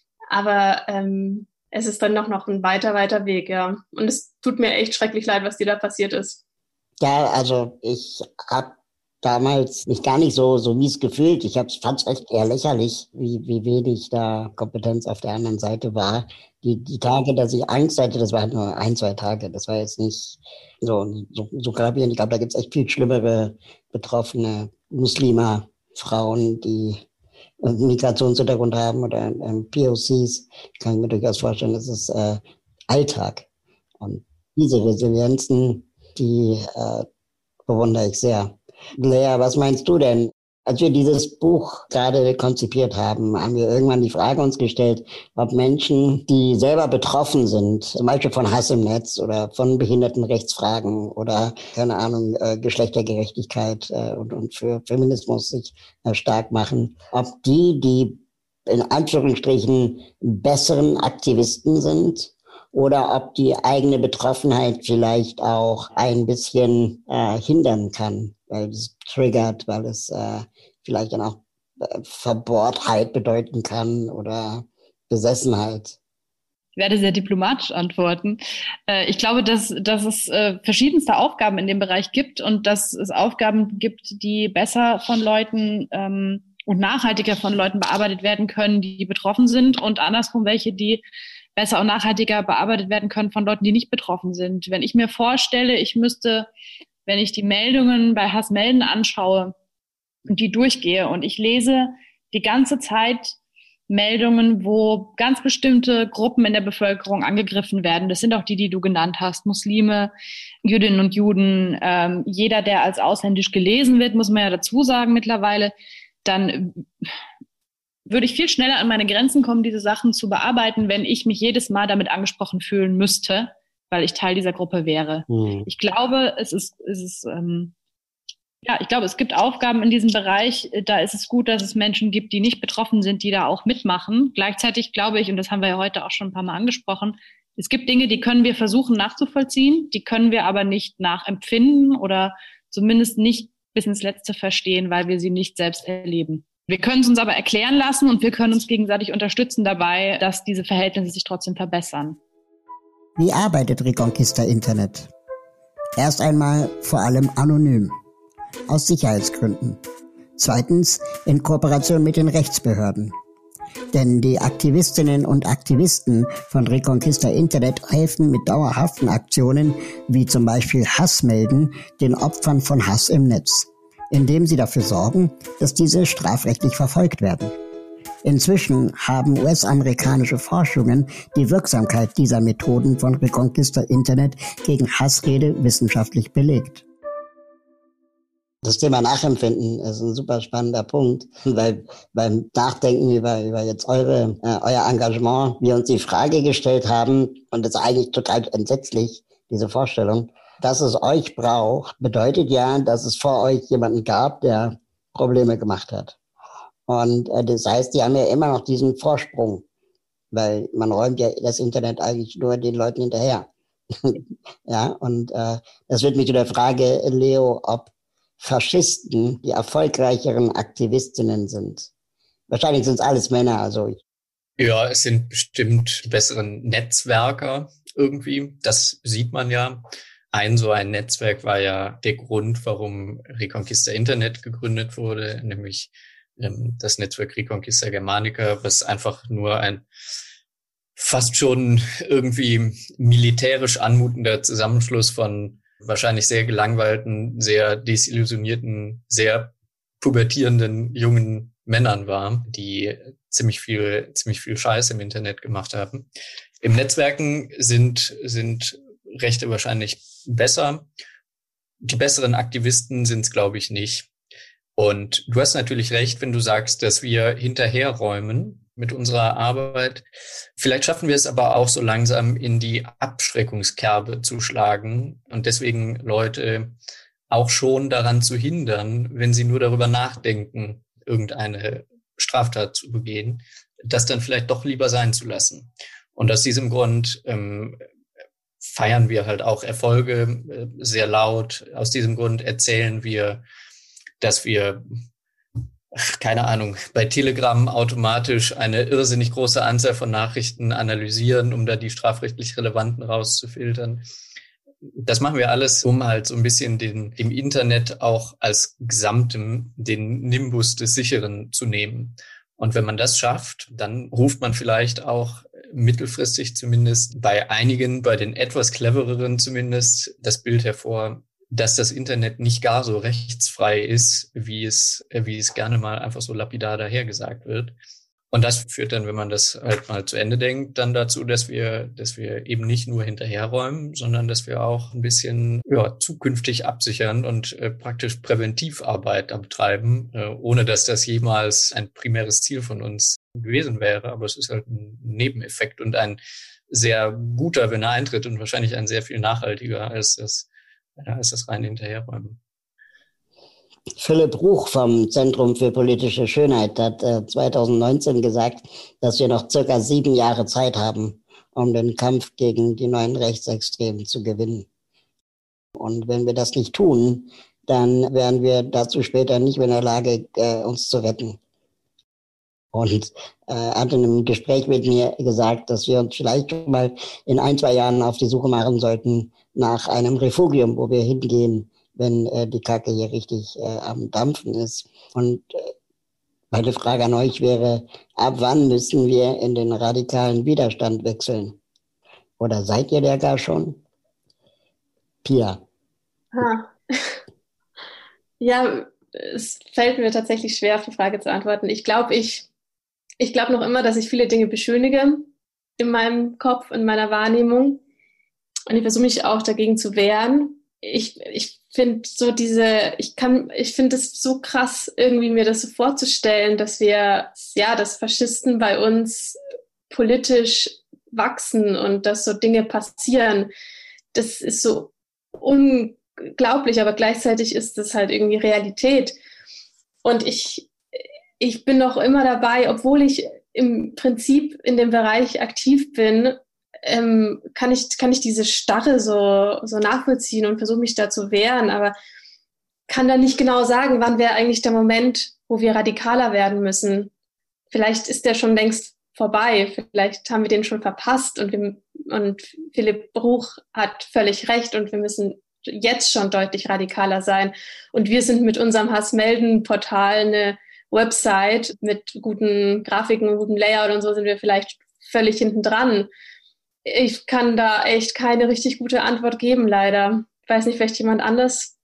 Aber ähm, es ist dann noch, noch ein weiter, weiter Weg, ja. Und es tut mir echt schrecklich leid, was dir da passiert ist. Ja, also ich habe damals mich gar nicht so, so mies gefühlt. Ich fand es echt eher lächerlich, wie, wie wenig da Kompetenz auf der anderen Seite war. Die, die Tage, dass ich Angst hatte, das waren nur ein, zwei Tage. Das war jetzt nicht so, so, so gravierend. Ich glaube, da gibt es echt viel schlimmere betroffene Muslime, Frauen, die einen Migrationshintergrund haben oder ähm, P O Cs, kann ich mir durchaus vorstellen, das ist äh, Alltag. Und diese Resilienzen, die äh, bewundere ich sehr. Lea, was meinst du denn? Als wir dieses Buch gerade konzipiert haben, haben wir irgendwann die Frage uns gestellt, ob Menschen, die selber betroffen sind, zum Beispiel von Hass im Netz oder von Behindertenrechtsfragen oder, keine Ahnung, äh, Geschlechtergerechtigkeit äh, und, und für Feminismus sich äh, stark machen, ob die, die in Anführungsstrichen besseren Aktivisten sind oder ob die eigene Betroffenheit vielleicht auch ein bisschen äh, hindern kann, weil es triggert, weil es äh, vielleicht dann auch äh, Verbohrtheit bedeuten kann oder Besessenheit. Ich werde sehr diplomatisch antworten. Äh, ich glaube, dass, dass es äh, verschiedenste Aufgaben in dem Bereich gibt und dass es Aufgaben gibt, die besser von Leuten ähm, und nachhaltiger von Leuten bearbeitet werden können, die betroffen sind, und andersrum welche, die besser und nachhaltiger bearbeitet werden können von Leuten, die nicht betroffen sind. Wenn ich mir vorstelle, ich müsste, wenn ich die Meldungen bei Hassmelden anschaue und die durchgehe und ich lese die ganze Zeit Meldungen, wo ganz bestimmte Gruppen in der Bevölkerung angegriffen werden. Das sind auch die, die du genannt hast, Muslime, Jüdinnen und Juden, ähm, jeder, der als ausländisch gelesen wird, muss man ja dazu sagen mittlerweile, dann würde ich viel schneller an meine Grenzen kommen, diese Sachen zu bearbeiten, wenn ich mich jedes Mal damit angesprochen fühlen müsste, weil ich Teil dieser Gruppe wäre. Mhm. Ich glaube, es ist, es ist, ähm, ja, ich glaube, es gibt Aufgaben in diesem Bereich, da ist es gut, dass es Menschen gibt, die nicht betroffen sind, die da auch mitmachen. Gleichzeitig glaube ich, und das haben wir ja heute auch schon ein paar Mal angesprochen, es gibt Dinge, die können wir versuchen nachzuvollziehen, die können wir aber nicht nachempfinden oder zumindest nicht bis ins Letzte verstehen, weil wir sie nicht selbst erleben. Wir können es uns aber erklären lassen und wir können uns gegenseitig unterstützen dabei, dass diese Verhältnisse sich trotzdem verbessern. Wie arbeitet Reconquista Internet? Erst einmal vor allem anonym, aus Sicherheitsgründen. Zweitens in Kooperation mit den Rechtsbehörden. Denn die Aktivistinnen und Aktivisten von Reconquista Internet helfen mit dauerhaften Aktionen, wie zum Beispiel Hassmelden, den Opfern von Hass im Netz, indem sie dafür sorgen, dass diese strafrechtlich verfolgt werden. Inzwischen haben U S-amerikanische Forschungen die Wirksamkeit dieser Methoden von Reconquista Internet gegen Hassrede wissenschaftlich belegt. Das Thema Nachempfinden ist ein super spannender Punkt, weil beim Nachdenken über, über jetzt eure, äh, euer Engagement, wir uns die Frage gestellt haben, und das ist eigentlich total entsetzlich, diese Vorstellung, dass es euch braucht, bedeutet ja, dass es vor euch jemanden gab, der Probleme gemacht hat. Und äh, das heißt, die haben ja immer noch diesen Vorsprung, weil man räumt ja das Internet eigentlich nur den Leuten hinterher. Ja, und äh, das wird mich zu der Frage, Leo, ob Faschisten die erfolgreicheren Aktivistinnen sind. Wahrscheinlich sind es alles Männer, also. Ja, es sind bestimmt bessere Netzwerker irgendwie. Das sieht man ja. Ein so ein Netzwerk war ja der Grund, warum Reconquista Internet gegründet wurde, nämlich ähm, das Netzwerk Reconquista Germanica, was einfach nur ein fast schon irgendwie militärisch anmutender Zusammenschluss von wahrscheinlich sehr gelangweilten, sehr desillusionierten, sehr pubertierenden jungen Männern war, die ziemlich viel, ziemlich viel Scheiß im Internet gemacht haben. Im Netzwerken sind, sind Rechte wahrscheinlich besser. Die besseren Aktivisten sind es, glaube ich, nicht. Und du hast natürlich recht, wenn du sagst, dass wir hinterherräumen mit unserer Arbeit. Vielleicht schaffen wir es aber auch so langsam in die Abschreckungskerbe zu schlagen und deswegen Leute auch schon daran zu hindern, wenn sie nur darüber nachdenken, irgendeine Straftat zu begehen, das dann vielleicht doch lieber sein zu lassen. Und aus diesem Grund ähm, feiern wir halt auch Erfolge äh, sehr laut. Aus diesem Grund erzählen wir, dass wir, keine Ahnung, bei Telegram automatisch eine irrsinnig große Anzahl von Nachrichten analysieren, um da die strafrechtlich relevanten rauszufiltern. Das machen wir alles, um halt so ein bisschen den, dem Internet auch als Gesamtem den Nimbus des Sicheren zu nehmen. Und wenn man das schafft, dann ruft man vielleicht auch mittelfristig zumindest bei einigen, bei den etwas clevereren zumindest, das Bild hervor, dass das Internet nicht gar so rechtsfrei ist, wie es, wie es gerne mal einfach so lapidar dahergesagt wird. Und das führt dann, wenn man das halt mal zu Ende denkt, dann dazu, dass wir, dass wir eben nicht nur hinterherräumen, sondern dass wir auch ein bisschen, ja, zukünftig absichern und äh, praktisch Präventivarbeit da betreiben, äh, ohne dass das jemals ein primäres Ziel von uns gewesen wäre. Aber es ist halt ein Nebeneffekt und ein sehr guter, wenn er eintritt, und wahrscheinlich ein sehr viel nachhaltiger als das, ja, als das reine Hinterherräumen. Philipp Ruch vom Zentrum für politische Schönheit hat äh, zwanzig neunzehn gesagt, dass wir noch circa sieben Jahre Zeit haben, um den Kampf gegen die neuen Rechtsextremen zu gewinnen. Und wenn wir das nicht tun, dann wären wir dazu später nicht mehr in der Lage, äh, uns zu retten. Und äh, hat in einem Gespräch mit mir gesagt, dass wir uns vielleicht schon mal in ein, zwei Jahren auf die Suche machen sollten nach einem Refugium, wo wir hingehen, wenn äh, die Kacke hier richtig äh, am Dampfen ist. Und äh, meine Frage an euch wäre, ab wann müssen wir in den radikalen Widerstand wechseln? Oder seid ihr der gar schon? Pia. Ha. Ja, es fällt mir tatsächlich schwer, auf die Frage zu antworten. Ich glaube, ich, ich glaube noch immer, dass ich viele Dinge beschönige in meinem Kopf, in meiner Wahrnehmung. Und ich versuche mich auch dagegen zu wehren. Ich, ich finde so diese, ich kann, ich finde es so krass, irgendwie mir das so vorzustellen, dass wir, ja, dass Faschisten bei uns politisch wachsen und dass so Dinge passieren. Das ist so unglaublich, aber gleichzeitig ist das halt irgendwie Realität. Und ich, ich bin noch immer dabei, obwohl ich im Prinzip in dem Bereich aktiv bin, ähm, kann ich, kann ich diese Starre so, so nachvollziehen und versuche mich da zu wehren, aber kann da nicht genau sagen, wann wäre eigentlich der Moment, wo wir radikaler werden müssen. Vielleicht ist der schon längst vorbei, vielleicht haben wir den schon verpasst und, wir, und Philipp Ruch hat völlig recht und wir müssen jetzt schon deutlich radikaler sein. Und wir sind mit unserem Hassmelden-Portal eine Website mit guten Grafiken, gutem Layout und so sind wir vielleicht völlig hinten dran. Ich kann da echt keine richtig gute Antwort geben, leider. Ich weiß nicht, vielleicht jemand anders?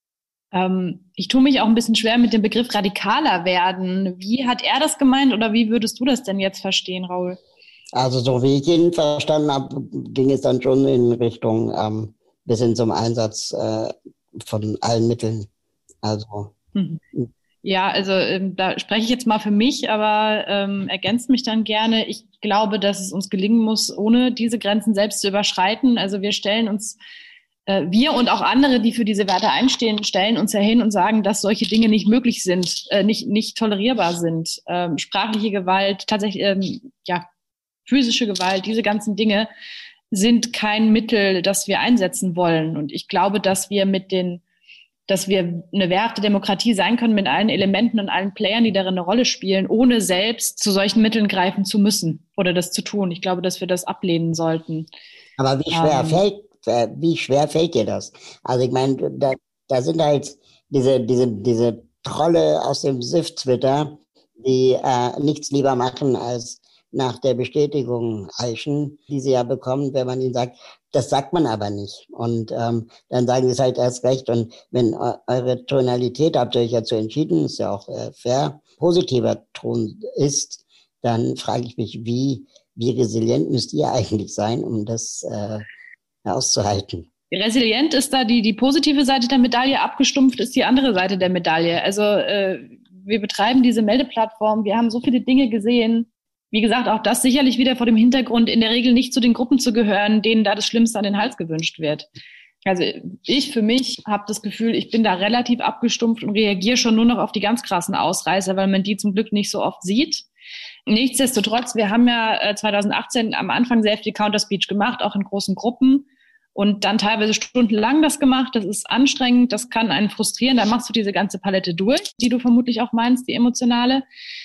Ähm, ich tue mich auch ein bisschen schwer mit dem Begriff radikaler werden. Wie hat er das gemeint oder wie würdest du das denn jetzt verstehen, Raul? Also so wie ich ihn verstanden habe, ging es dann schon in Richtung ähm, bis hin zum Einsatz äh, von allen Mitteln. Also mhm. Ja, also ähm, da spreche ich jetzt mal für mich, aber ähm, ergänzt mich dann gerne. Ich glaube, dass es uns gelingen muss, ohne diese Grenzen selbst zu überschreiten. Also wir stellen uns, äh, wir und auch andere, die für diese Werte einstehen, stellen uns ja hin und sagen, dass solche Dinge nicht möglich sind, äh, nicht nicht tolerierbar sind. Ähm, sprachliche Gewalt, tatsächlich, ähm, ja, physische Gewalt, diese ganzen Dinge sind kein Mittel, das wir einsetzen wollen. Und ich glaube, dass wir mit den dass wir eine wehrhafte Demokratie sein können mit allen Elementen und allen Playern, die darin eine Rolle spielen, ohne selbst zu solchen Mitteln greifen zu müssen oder das zu tun. Ich glaube, dass wir das ablehnen sollten. Aber wie schwer, ähm, fällt, äh, wie schwer fällt dir das? Also ich meine, da, da sind halt diese, diese, diese Trolle aus dem S I F-Twitter, die äh, nichts lieber machen, als nach der Bestätigung heischen, die sie ja bekommen, wenn man ihnen sagt, das sagt man aber nicht. Und ähm, dann sagen sie es halt erst recht. Und wenn eu- eure Tonalität, habt ihr euch ja zu entschieden, ist ja auch äh, fair, positiver Ton ist, dann frage ich mich, wie, wie resilient müsst ihr eigentlich sein, um das äh, auszuhalten? Resilient ist da die, die positive Seite der Medaille, abgestumpft ist die andere Seite der Medaille. Also äh, wir betreiben diese Meldeplattform, wir haben so viele Dinge gesehen. Wie gesagt, auch das sicherlich wieder vor dem Hintergrund, in der Regel nicht zu den Gruppen zu gehören, denen da das Schlimmste an den Hals gewünscht wird. Also ich für mich habe das Gefühl, ich bin da relativ abgestumpft und reagiere schon nur noch auf die ganz krassen Ausreißer, weil man die zum Glück nicht so oft sieht. Nichtsdestotrotz, wir haben ja zwanzig achtzehn am Anfang sehr viel Counterspeech gemacht, auch in großen Gruppen und dann teilweise stundenlang das gemacht. Das ist anstrengend, das kann einen frustrieren. Da machst du diese ganze Palette durch, die du vermutlich auch meinst, die emotionale.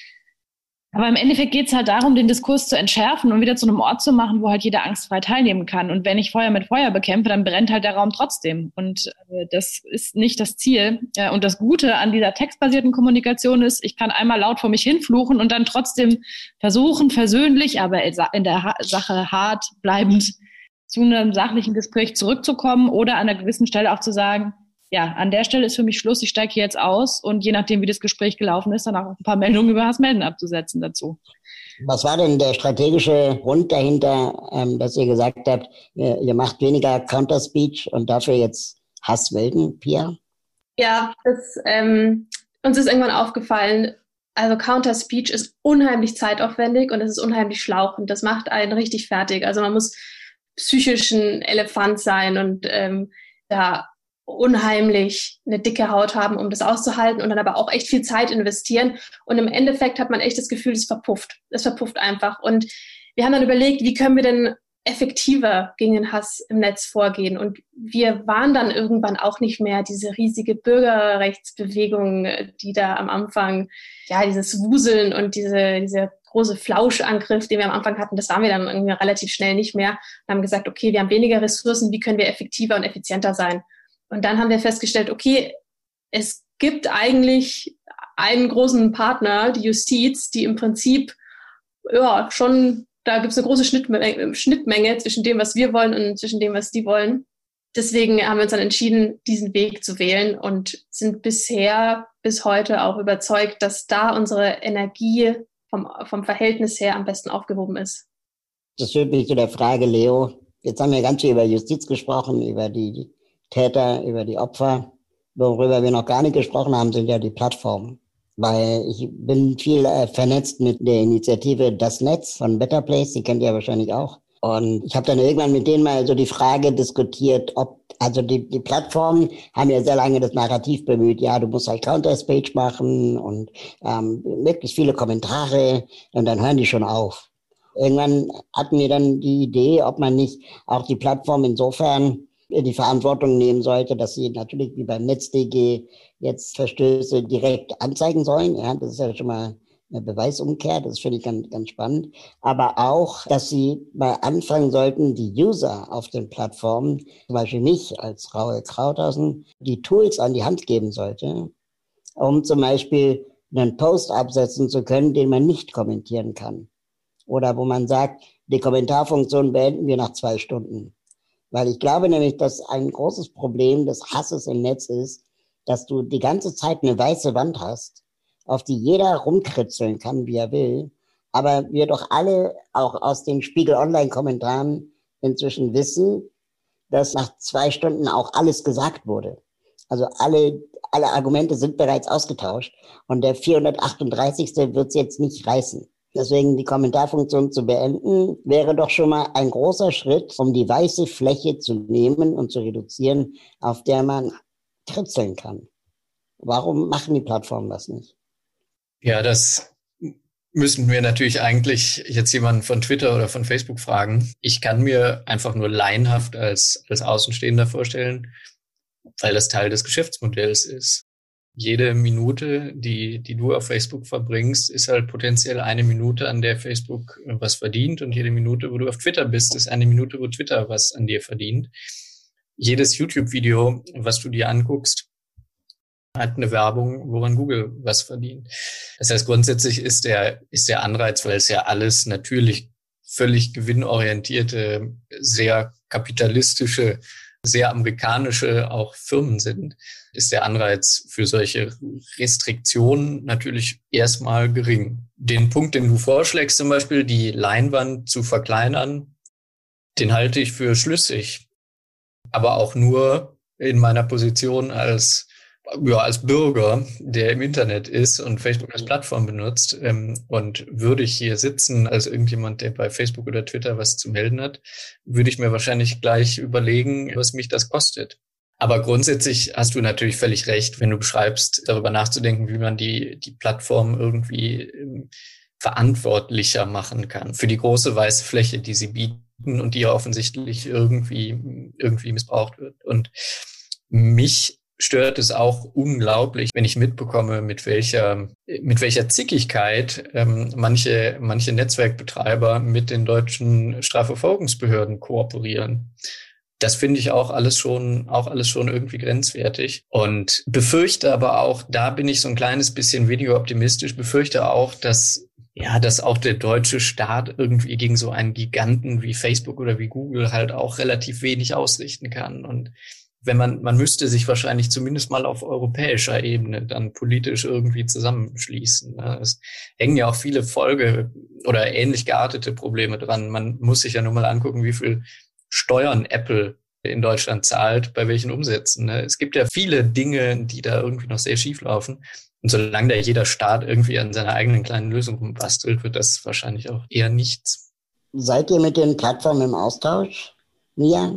Aber im Endeffekt geht es halt darum, den Diskurs zu entschärfen und wieder zu einem Ort zu machen, wo halt jeder angstfrei teilnehmen kann. Und wenn ich Feuer mit Feuer bekämpfe, dann brennt halt der Raum trotzdem. Und äh, das ist nicht das Ziel. Äh, und das Gute an dieser textbasierten Kommunikation ist, ich kann einmal laut vor mich hinfluchen und dann trotzdem versuchen, versöhnlich, aber in der ha- Sache hart bleibend zu einem sachlichen Gespräch zurückzukommen oder an einer gewissen Stelle auch zu sagen, ja, an der Stelle ist für mich Schluss. Ich steige hier jetzt aus und je nachdem, wie das Gespräch gelaufen ist, dann auch ein paar Meldungen über Hassmelden abzusetzen dazu. Was war denn der strategische Grund dahinter, ähm, dass ihr gesagt habt, ihr, ihr macht weniger Counter-Speech und dafür jetzt Hassmelden, Pia? Ja, das, ähm, uns ist irgendwann aufgefallen, also Counter-Speech ist unheimlich zeitaufwendig und es ist unheimlich schlauchend. Das macht einen richtig fertig. Also man muss psychisch ein Elefant sein und ähm, da unheimlich eine dicke Haut haben, um das auszuhalten und dann aber auch echt viel Zeit investieren. Und im Endeffekt hat man echt das Gefühl, es verpufft. Es verpufft einfach. Und wir haben dann überlegt, wie können wir denn effektiver gegen den Hass im Netz vorgehen. Und wir waren dann irgendwann auch nicht mehr diese riesige Bürgerrechtsbewegung, die da am Anfang, ja, dieses Wuseln und diese, diese große Flauschangriff, den wir am Anfang hatten, das waren wir dann irgendwie relativ schnell nicht mehr und haben gesagt, okay, wir haben weniger Ressourcen, wie können wir effektiver und effizienter sein? Und dann haben wir festgestellt, okay, es gibt eigentlich einen großen Partner, die Justiz, die im Prinzip, ja, schon, da gibt es eine große Schnittmenge, Schnittmenge zwischen dem, was wir wollen und zwischen dem, was die wollen. Deswegen haben wir uns dann entschieden, diesen Weg zu wählen und sind bisher, bis heute auch überzeugt, dass da unsere Energie vom, vom Verhältnis her am besten aufgehoben ist. Das führt mich zu der Frage, Leo. Jetzt haben wir ganz viel über Justiz gesprochen, über die Täter, über die Opfer. Worüber wir noch gar nicht gesprochen haben, sind ja die Plattformen. Weil ich bin viel äh, vernetzt mit der Initiative Das Netz von Better Place, die kennt ihr wahrscheinlich auch. Und ich habe dann irgendwann mit denen mal so die Frage diskutiert, ob, also die, die Plattformen haben ja sehr lange das Narrativ bemüht, ja, du musst halt Counter-Speech machen und ähm, möglichst viele Kommentare und dann hören die schon auf. Irgendwann hatten wir dann die Idee, ob man nicht auch die Plattform insofern die Verantwortung nehmen sollte, dass sie natürlich wie beim NetzDG jetzt Verstöße direkt anzeigen sollen. Ja, das ist ja schon mal eine Beweisumkehr, das finde ich ganz, ganz spannend. Aber auch, dass sie mal anfangen sollten, die User auf den Plattformen, zum Beispiel mich als Raue Krauthausen, die Tools an die Hand geben sollte, um zum Beispiel einen Post absetzen zu können, den man nicht kommentieren kann. Oder wo man sagt, die Kommentarfunktion beenden wir nach zwei Stunden. Weil ich glaube nämlich, dass ein großes Problem des Hasses im Netz ist, dass du die ganze Zeit eine weiße Wand hast, auf die jeder rumkritzeln kann, wie er will. Aber wir doch alle auch aus den Spiegel-Online-Kommentaren inzwischen wissen, dass nach zwei Stunden auch alles gesagt wurde. Also alle, alle Argumente sind bereits ausgetauscht und der vierhundertachtunddreißigste wird es jetzt nicht reißen. Deswegen die Kommentarfunktion zu beenden, wäre doch schon mal ein großer Schritt, um die weiße Fläche zu nehmen und zu reduzieren, auf der man kritzeln kann. Warum machen die Plattformen das nicht? Ja, das müssen wir natürlich eigentlich jetzt jemanden von Twitter oder von Facebook fragen. Ich kann mir einfach nur laienhaft als, als Außenstehender vorstellen, weil das Teil des Geschäftsmodells ist. Jede Minute, die, die du auf Facebook verbringst, ist halt potenziell eine Minute, an der Facebook was verdient. Und jede Minute, wo du auf Twitter bist, ist eine Minute, wo Twitter was an dir verdient. Jedes YouTube-Video, was du dir anguckst, hat eine Werbung, woran Google was verdient. Das heißt, grundsätzlich ist der, ist der Anreiz, weil es ja alles natürlich völlig gewinnorientierte, sehr kapitalistische, sehr amerikanische auch Firmen sind, ist der Anreiz für solche Restriktionen natürlich erstmal gering. Den Punkt, den du vorschlägst, zum Beispiel die Leinwand zu verkleinern, den halte ich für schlüssig. Aber auch nur in meiner Position als ja, als Bürger, der im Internet ist und Facebook als Plattform benutzt, ähm, und würde ich hier sitzen als irgendjemand, der bei Facebook oder Twitter was zu melden hat, würde ich mir wahrscheinlich gleich überlegen, was mich das kostet. Aber grundsätzlich hast du natürlich völlig recht, wenn du beschreibst, darüber nachzudenken, wie man die, die Plattform irgendwie ähm, verantwortlicher machen kann für die große weiße Fläche, die sie bieten und die ja offensichtlich irgendwie, irgendwie missbraucht wird. Und mich stört es auch unglaublich, wenn ich mitbekomme, mit welcher mit welcher Zickigkeit ähm, manche manche Netzwerkbetreiber mit den deutschen Strafverfolgungsbehörden kooperieren. Das finde ich auch alles schon auch alles schon irgendwie grenzwertig und befürchte aber auch, da bin ich so ein kleines bisschen weniger optimistisch, befürchte auch, dass ja, dass auch der deutsche Staat irgendwie gegen so einen Giganten wie Facebook oder wie Google halt auch relativ wenig ausrichten kann und wenn man, man müsste sich wahrscheinlich zumindest mal auf europäischer Ebene dann politisch irgendwie zusammenschließen. Ne? Es hängen ja auch viele Folge- oder ähnlich geartete Probleme dran. Man muss sich ja nur mal angucken, wie viel Steuern Apple in Deutschland zahlt, bei welchen Umsätzen. Ne? Es gibt ja viele Dinge, die da irgendwie noch sehr schief laufen. Und solange da jeder Staat irgendwie an seiner eigenen kleinen Lösung rumbastelt, wird das wahrscheinlich auch eher nichts. Seid ihr mit den Plattformen im Austausch, Mia?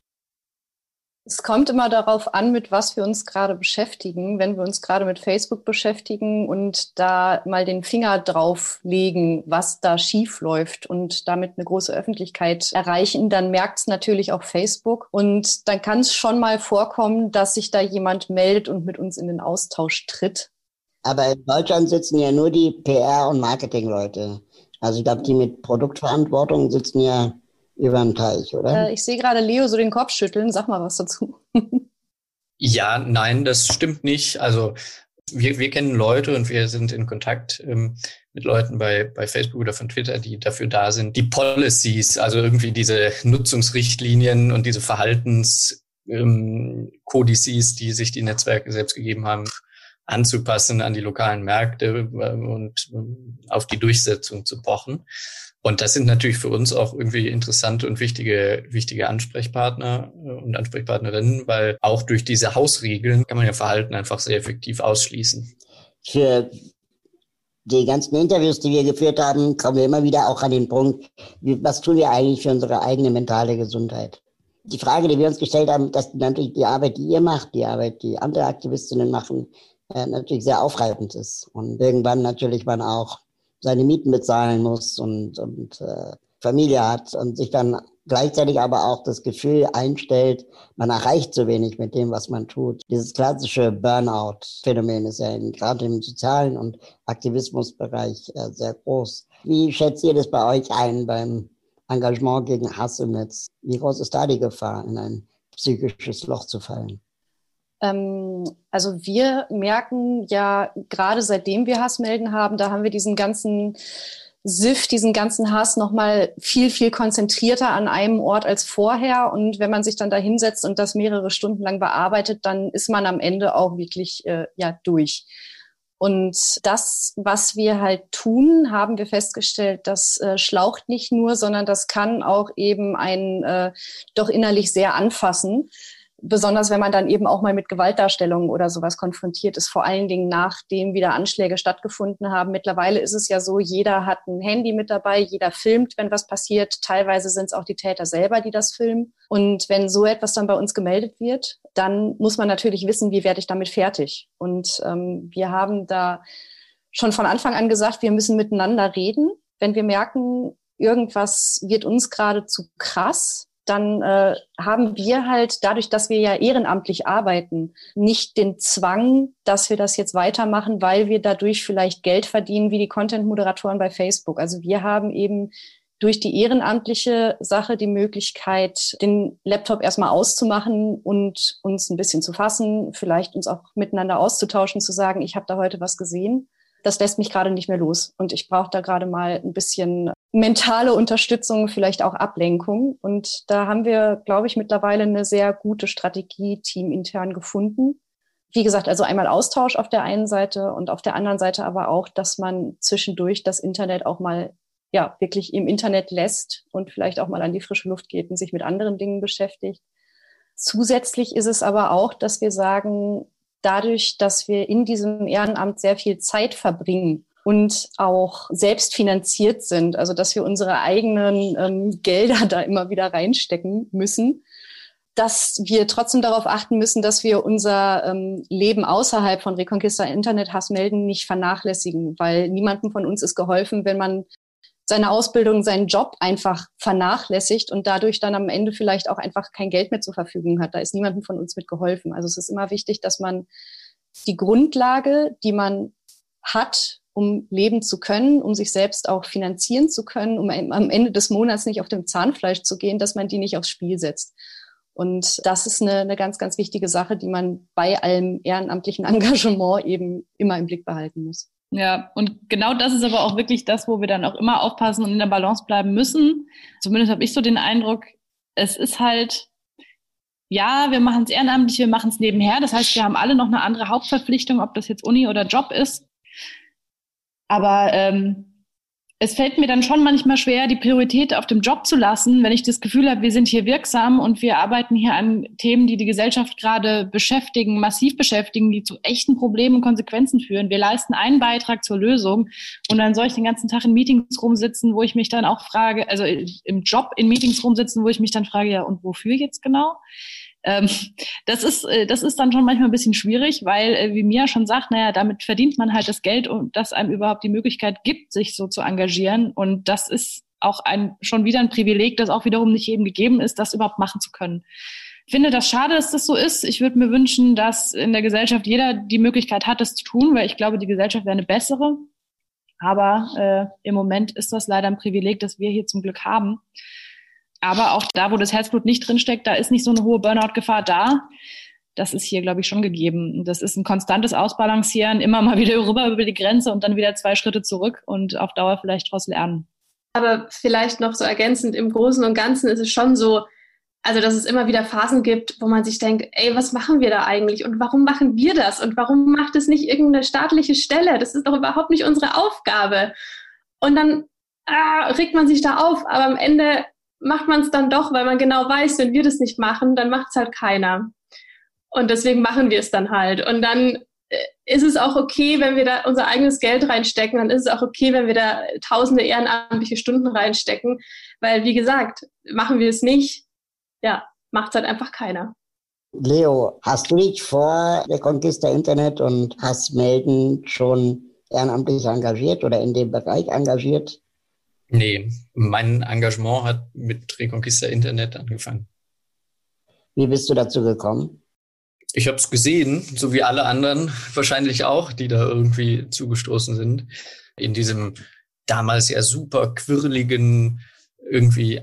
Es kommt immer darauf an, mit was wir uns gerade beschäftigen. Wenn wir uns gerade mit Facebook beschäftigen und da mal den Finger drauf legen, was da schief läuft und damit eine große Öffentlichkeit erreichen, dann merkt es natürlich auch Facebook. Und dann kann es schon mal vorkommen, dass sich da jemand meldet und mit uns in den Austausch tritt. Aber in Deutschland sitzen ja nur die P R- und Marketingleute. Also ich glaube, die mit Produktverantwortung sitzen ja über den Teich, oder? Äh, ich sehe gerade Leo so den Kopf schütteln. Sag mal was dazu. Ja, nein, das stimmt nicht. Also wir, wir kennen Leute und wir sind in Kontakt ähm, mit Leuten bei, bei Facebook oder von Twitter, die dafür da sind, die Policies, also irgendwie diese Nutzungsrichtlinien und diese Verhaltenskodizes, ähm, die sich die Netzwerke selbst gegeben haben, anzupassen an die lokalen Märkte und auf die Durchsetzung zu pochen. Und das sind natürlich für uns auch irgendwie interessante und wichtige, wichtige Ansprechpartner und Ansprechpartnerinnen, weil auch durch diese Hausregeln kann man ja Verhalten einfach sehr effektiv ausschließen. Für die ganzen Interviews, die wir geführt haben, kommen wir immer wieder auch an den Punkt, was tun wir eigentlich für unsere eigene mentale Gesundheit? Die Frage, die wir uns gestellt haben, dass natürlich die Arbeit, die ihr macht, die Arbeit, die andere Aktivistinnen machen, äh, natürlich sehr aufreibend ist. Und irgendwann natürlich man auch seine Mieten bezahlen muss und, und äh, Familie hat und sich dann gleichzeitig aber auch das Gefühl einstellt, man erreicht zu wenig mit dem, was man tut. Dieses klassische Burnout-Phänomen ist ja in, gerade im sozialen und Aktivismusbereich äh, sehr groß. Wie schätzt ihr das bei euch ein beim Engagement gegen Hass im Netz? Wie groß ist da die Gefahr, in ein psychisches Loch zu fallen? Also wir merken ja, gerade seitdem wir Hassmelden haben, da haben wir diesen ganzen S I F, diesen ganzen Hass nochmal viel, viel konzentrierter an einem Ort als vorher. Und wenn man sich dann da hinsetzt und das mehrere Stunden lang bearbeitet, dann ist man am Ende auch wirklich äh, ja durch. Und das, was wir halt tun, haben wir festgestellt, das äh, schlaucht nicht nur, sondern das kann auch eben einen äh, doch innerlich sehr anfassen. Besonders wenn man dann eben auch mal mit Gewaltdarstellungen oder sowas konfrontiert ist, vor allen Dingen nachdem wieder Anschläge stattgefunden haben. Mittlerweile ist es ja so, jeder hat ein Handy mit dabei, jeder filmt, wenn was passiert. Teilweise sind es auch die Täter selber, die das filmen. Und wenn so etwas dann bei uns gemeldet wird, dann muss man natürlich wissen, wie werde ich damit fertig. Und ähm, wir haben da schon von Anfang an gesagt, wir müssen miteinander reden. Wenn wir merken, irgendwas wird uns gerade zu krass, dann äh, haben wir halt dadurch, dass wir ja ehrenamtlich arbeiten, nicht den Zwang, dass wir das jetzt weitermachen, weil wir dadurch vielleicht Geld verdienen wie die Content-Moderatoren bei Facebook. Also wir haben eben durch die ehrenamtliche Sache die Möglichkeit, den Laptop erstmal auszumachen und uns ein bisschen zu fassen, vielleicht uns auch miteinander auszutauschen, zu sagen, ich habe da heute was gesehen. Das lässt mich gerade nicht mehr los und ich brauche da gerade mal ein bisschen mentale Unterstützung, vielleicht auch Ablenkung. Und da haben wir, glaube ich, mittlerweile eine sehr gute Strategie teamintern gefunden. Wie gesagt, also einmal Austausch auf der einen Seite und auf der anderen Seite aber auch, dass man zwischendurch das Internet auch mal ja wirklich im Internet lässt und vielleicht auch mal an die frische Luft geht und sich mit anderen Dingen beschäftigt. Zusätzlich ist es aber auch, dass wir sagen, dadurch, dass wir in diesem Ehrenamt sehr viel Zeit verbringen und auch selbst finanziert sind, also dass wir unsere eigenen ähm, Gelder da immer wieder reinstecken müssen, dass wir trotzdem darauf achten müssen, dass wir unser ähm, Leben außerhalb von Reconquista Internet Hassmelden nicht vernachlässigen, weil niemandem von uns ist geholfen, wenn man seine Ausbildung, seinen Job einfach vernachlässigt und dadurch dann am Ende vielleicht auch einfach kein Geld mehr zur Verfügung hat. Da ist niemandem von uns mit geholfen. Also es ist immer wichtig, dass man die Grundlage, die man hat, um leben zu können, um sich selbst auch finanzieren zu können, um am Ende des Monats nicht auf dem Zahnfleisch zu gehen, dass man die nicht aufs Spiel setzt. Und das ist eine, eine ganz, ganz wichtige Sache, die man bei allem ehrenamtlichen Engagement eben immer im Blick behalten muss. Ja, und genau das ist aber auch wirklich das, wo wir dann auch immer aufpassen und in der Balance bleiben müssen. Zumindest habe ich so den Eindruck, es ist halt, ja, wir machen es ehrenamtlich, wir machen es nebenher. Das heißt, wir haben alle noch eine andere Hauptverpflichtung, ob das jetzt Uni oder Job ist. Aber ähm, es fällt mir dann schon manchmal schwer, die Priorität auf dem Job zu lassen, wenn ich das Gefühl habe, wir sind hier wirksam und wir arbeiten hier an Themen, die die Gesellschaft gerade beschäftigen, massiv beschäftigen, die zu echten Problemen und Konsequenzen führen. Wir leisten einen Beitrag zur Lösung und dann soll ich den ganzen Tag in Meetings rumsitzen, wo ich mich dann auch frage, also im Job in Meetings rumsitzen, wo ich mich dann frage, ja, und wofür jetzt genau? Ähm, das ist, das ist dann schon manchmal ein bisschen schwierig, weil, wie Mia schon sagt, naja, damit verdient man halt das Geld und das einem überhaupt die Möglichkeit gibt, sich so zu engagieren. Und das ist auch ein, schon wieder ein Privileg, das auch wiederum nicht jedem gegeben ist, das überhaupt machen zu können. Ich finde das schade, dass das so ist. Ich würde mir wünschen, dass in der Gesellschaft jeder die Möglichkeit hat, das zu tun, weil ich glaube, die Gesellschaft wäre eine bessere. Aber äh, im Moment ist das leider ein Privileg, das wir hier zum Glück haben. Aber auch da, wo das Herzblut nicht drinsteckt, da ist nicht so eine hohe Burnout-Gefahr da. Das ist hier, glaube ich, schon gegeben. Das ist ein konstantes Ausbalancieren, immer mal wieder rüber über die Grenze und dann wieder zwei Schritte zurück und auf Dauer vielleicht daraus lernen. Aber vielleicht noch so ergänzend, im Großen und Ganzen ist es schon so, also dass es immer wieder Phasen gibt, wo man sich denkt, ey, was machen wir da eigentlich und warum machen wir das und warum macht es nicht irgendeine staatliche Stelle? Das ist doch überhaupt nicht unsere Aufgabe. Und dann ah, regt man sich da auf, aber am Ende macht man es dann doch, weil man genau weiß, wenn wir das nicht machen, dann macht es halt keiner. Und deswegen machen wir es dann halt. Und dann ist es auch okay, wenn wir da unser eigenes Geld reinstecken, dann ist es auch okay, wenn wir da tausende ehrenamtliche Stunden reinstecken, weil, wie gesagt, machen wir es nicht, ja, macht es halt einfach keiner. Leo, hast du dich vor der Conquista Internet und Hassmelden schon ehrenamtlich engagiert oder in dem Bereich engagiert? Nee, mein Engagement hat mit Reconquista Internet angefangen. Wie bist du dazu gekommen? Ich habe es gesehen, so wie alle anderen wahrscheinlich auch, die da irgendwie zugestoßen sind, in diesem damals ja super quirligen, irgendwie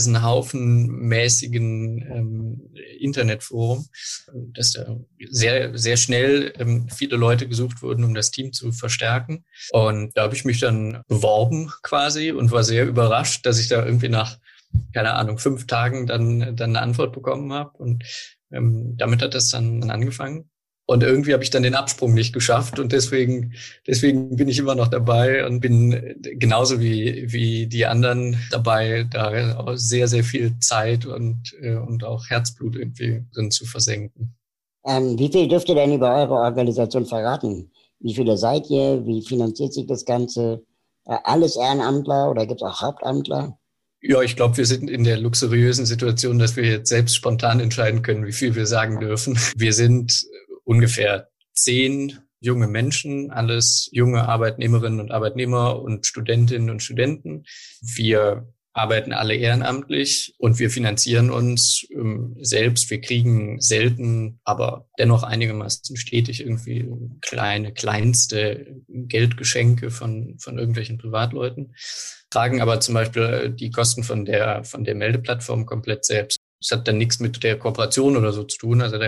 Ameisenhaufen-mäßigen ähm, Internetforum, dass da sehr, sehr schnell ähm, viele Leute gesucht wurden, um das Team zu verstärken. Und da habe ich mich dann beworben quasi und war sehr überrascht, dass ich da irgendwie nach, keine Ahnung, fünf Tagen dann, dann eine Antwort bekommen habe. Und ähm, damit hat das dann angefangen. Und irgendwie habe ich dann den Absprung nicht geschafft und deswegen, deswegen bin ich immer noch dabei und bin genauso wie, wie die anderen dabei, da auch sehr, sehr viel Zeit und, und auch Herzblut irgendwie drin zu versenken. Ähm, wie viel dürft ihr denn über eure Organisation verraten? Wie viele seid ihr? Wie finanziert sich das Ganze? Äh, alles Ehrenamtler oder gibt es auch Hauptamtler? Ja, ich glaube, wir sind in der luxuriösen Situation, dass wir jetzt selbst spontan entscheiden können, wie viel wir sagen dürfen. Wir sind ungefähr zehn junge Menschen, alles junge Arbeitnehmerinnen und Arbeitnehmer und Studentinnen und Studenten. Wir arbeiten alle ehrenamtlich und wir finanzieren uns ähm, selbst. Wir kriegen selten, aber dennoch einigermaßen stetig irgendwie kleine, kleinste Geldgeschenke von, von irgendwelchen Privatleuten. Tragen aber zum Beispiel die Kosten von der, von der Meldeplattform komplett selbst. Das hat dann nichts mit der Kooperation oder so zu tun. Also da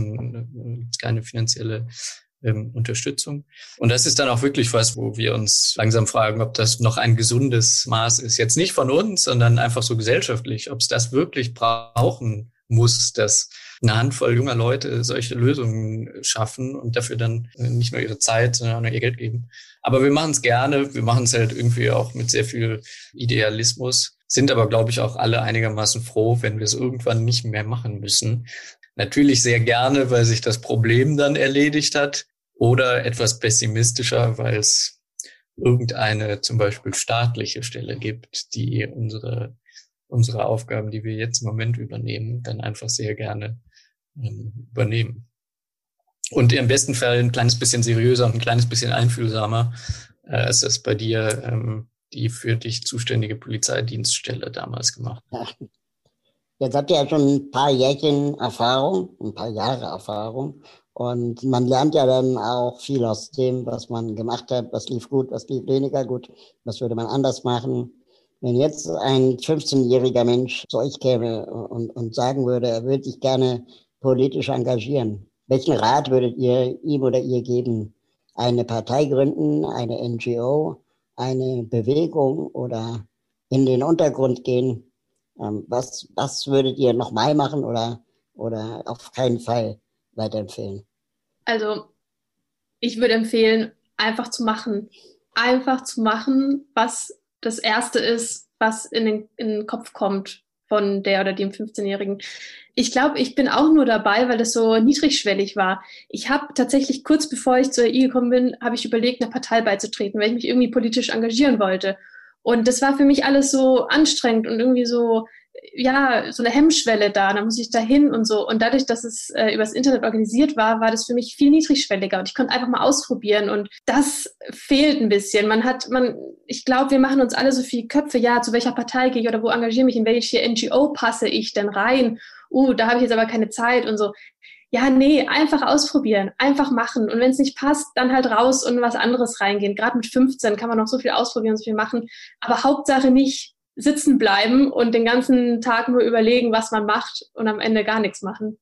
fließen keine finanzielle ähm, Unterstützung. Und das ist dann auch wirklich was, wo wir uns langsam fragen, ob das noch ein gesundes Maß ist. Jetzt nicht von uns, sondern einfach so gesellschaftlich, ob es das wirklich brauchen muss, dass eine Handvoll junger Leute solche Lösungen schaffen und dafür dann nicht nur ihre Zeit, sondern auch ihr Geld geben. Aber wir machen es gerne. Wir machen es halt irgendwie auch mit sehr viel Idealismus. Sind aber, glaube ich, auch alle einigermaßen froh, wenn wir es irgendwann nicht mehr machen müssen. Natürlich sehr gerne, weil sich das Problem dann erledigt hat, oder etwas pessimistischer, weil es irgendeine zum Beispiel staatliche Stelle gibt, die unsere unsere Aufgaben, die wir jetzt im Moment übernehmen, dann einfach sehr gerne ähm, übernehmen. Und im besten Fall ein kleines bisschen seriöser und ein kleines bisschen einfühlsamer, äh, als das bei dir ähm, die für dich zuständige Polizeidienststelle damals gemacht hat. Ja. Jetzt habt ihr ja schon ein paar Jährchen Erfahrung, ein paar Jahre Erfahrung. Und man lernt ja dann auch viel aus dem, was man gemacht hat. Was lief gut, was lief weniger gut, was würde man anders machen. Wenn jetzt ein fünfzehnjähriger Mensch zu euch käme und, und sagen würde, er würde sich gerne politisch engagieren, welchen Rat würdet ihr ihm oder ihr geben? Eine Partei gründen, eine N G O, eine Bewegung oder in den Untergrund gehen? Was, was würdet ihr nochmal machen oder oder auf keinen Fall weiterempfehlen? Also ich würde empfehlen, einfach zu machen. Einfach zu machen, was das Erste ist, was in den, in den Kopf kommt von der oder dem fünfzehnjährigen. Ich glaube, ich bin auch nur dabei, weil das so niedrigschwellig war. Ich habe tatsächlich kurz bevor ich zur E I gekommen bin, habe ich überlegt, einer Partei beizutreten, weil ich mich irgendwie politisch engagieren wollte. Und das war für mich alles so anstrengend und irgendwie so, ja, so eine Hemmschwelle da. Da muss ich da hin und so. Und dadurch, dass es äh, übers Internet organisiert war, war das für mich viel niedrigschwelliger. Und ich konnte einfach mal ausprobieren. Und das fehlt ein bisschen. Man hat, man, ich glaube, wir machen uns alle so viele Köpfe. Ja, zu welcher Partei gehe ich oder wo engagiere mich? In welche N G O passe ich denn rein? Uh, da habe ich jetzt aber keine Zeit und so. Ja, nee, einfach ausprobieren, einfach machen. Und wenn es nicht passt, dann halt raus und in was anderes reingehen. Gerade mit fünfzehn kann man noch so viel ausprobieren, so viel machen. Aber Hauptsache nicht sitzen bleiben und den ganzen Tag nur überlegen, was man macht und am Ende gar nichts machen.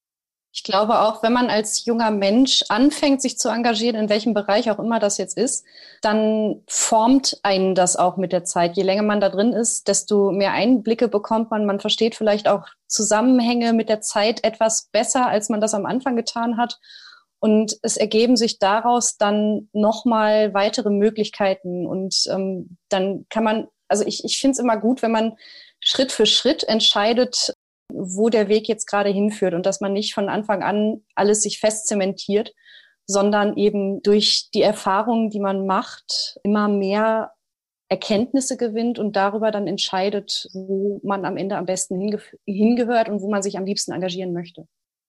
Ich glaube auch, wenn man als junger Mensch anfängt, sich zu engagieren, in welchem Bereich auch immer das jetzt ist, dann formt einen das auch mit der Zeit. Je länger man da drin ist, desto mehr Einblicke bekommt man. Man versteht vielleicht auch Zusammenhänge mit der Zeit etwas besser, als man das am Anfang getan hat. Und es ergeben sich daraus dann nochmal weitere Möglichkeiten. Und ähm, dann kann man, also ich, ich finde es immer gut, wenn man Schritt für Schritt entscheidet, wo der Weg jetzt gerade hinführt und dass man nicht von Anfang an alles sich fest zementiert, sondern eben durch die Erfahrungen, die man macht, immer mehr Erkenntnisse gewinnt und darüber dann entscheidet, wo man am Ende am besten hinge- hingehört und wo man sich am liebsten engagieren möchte.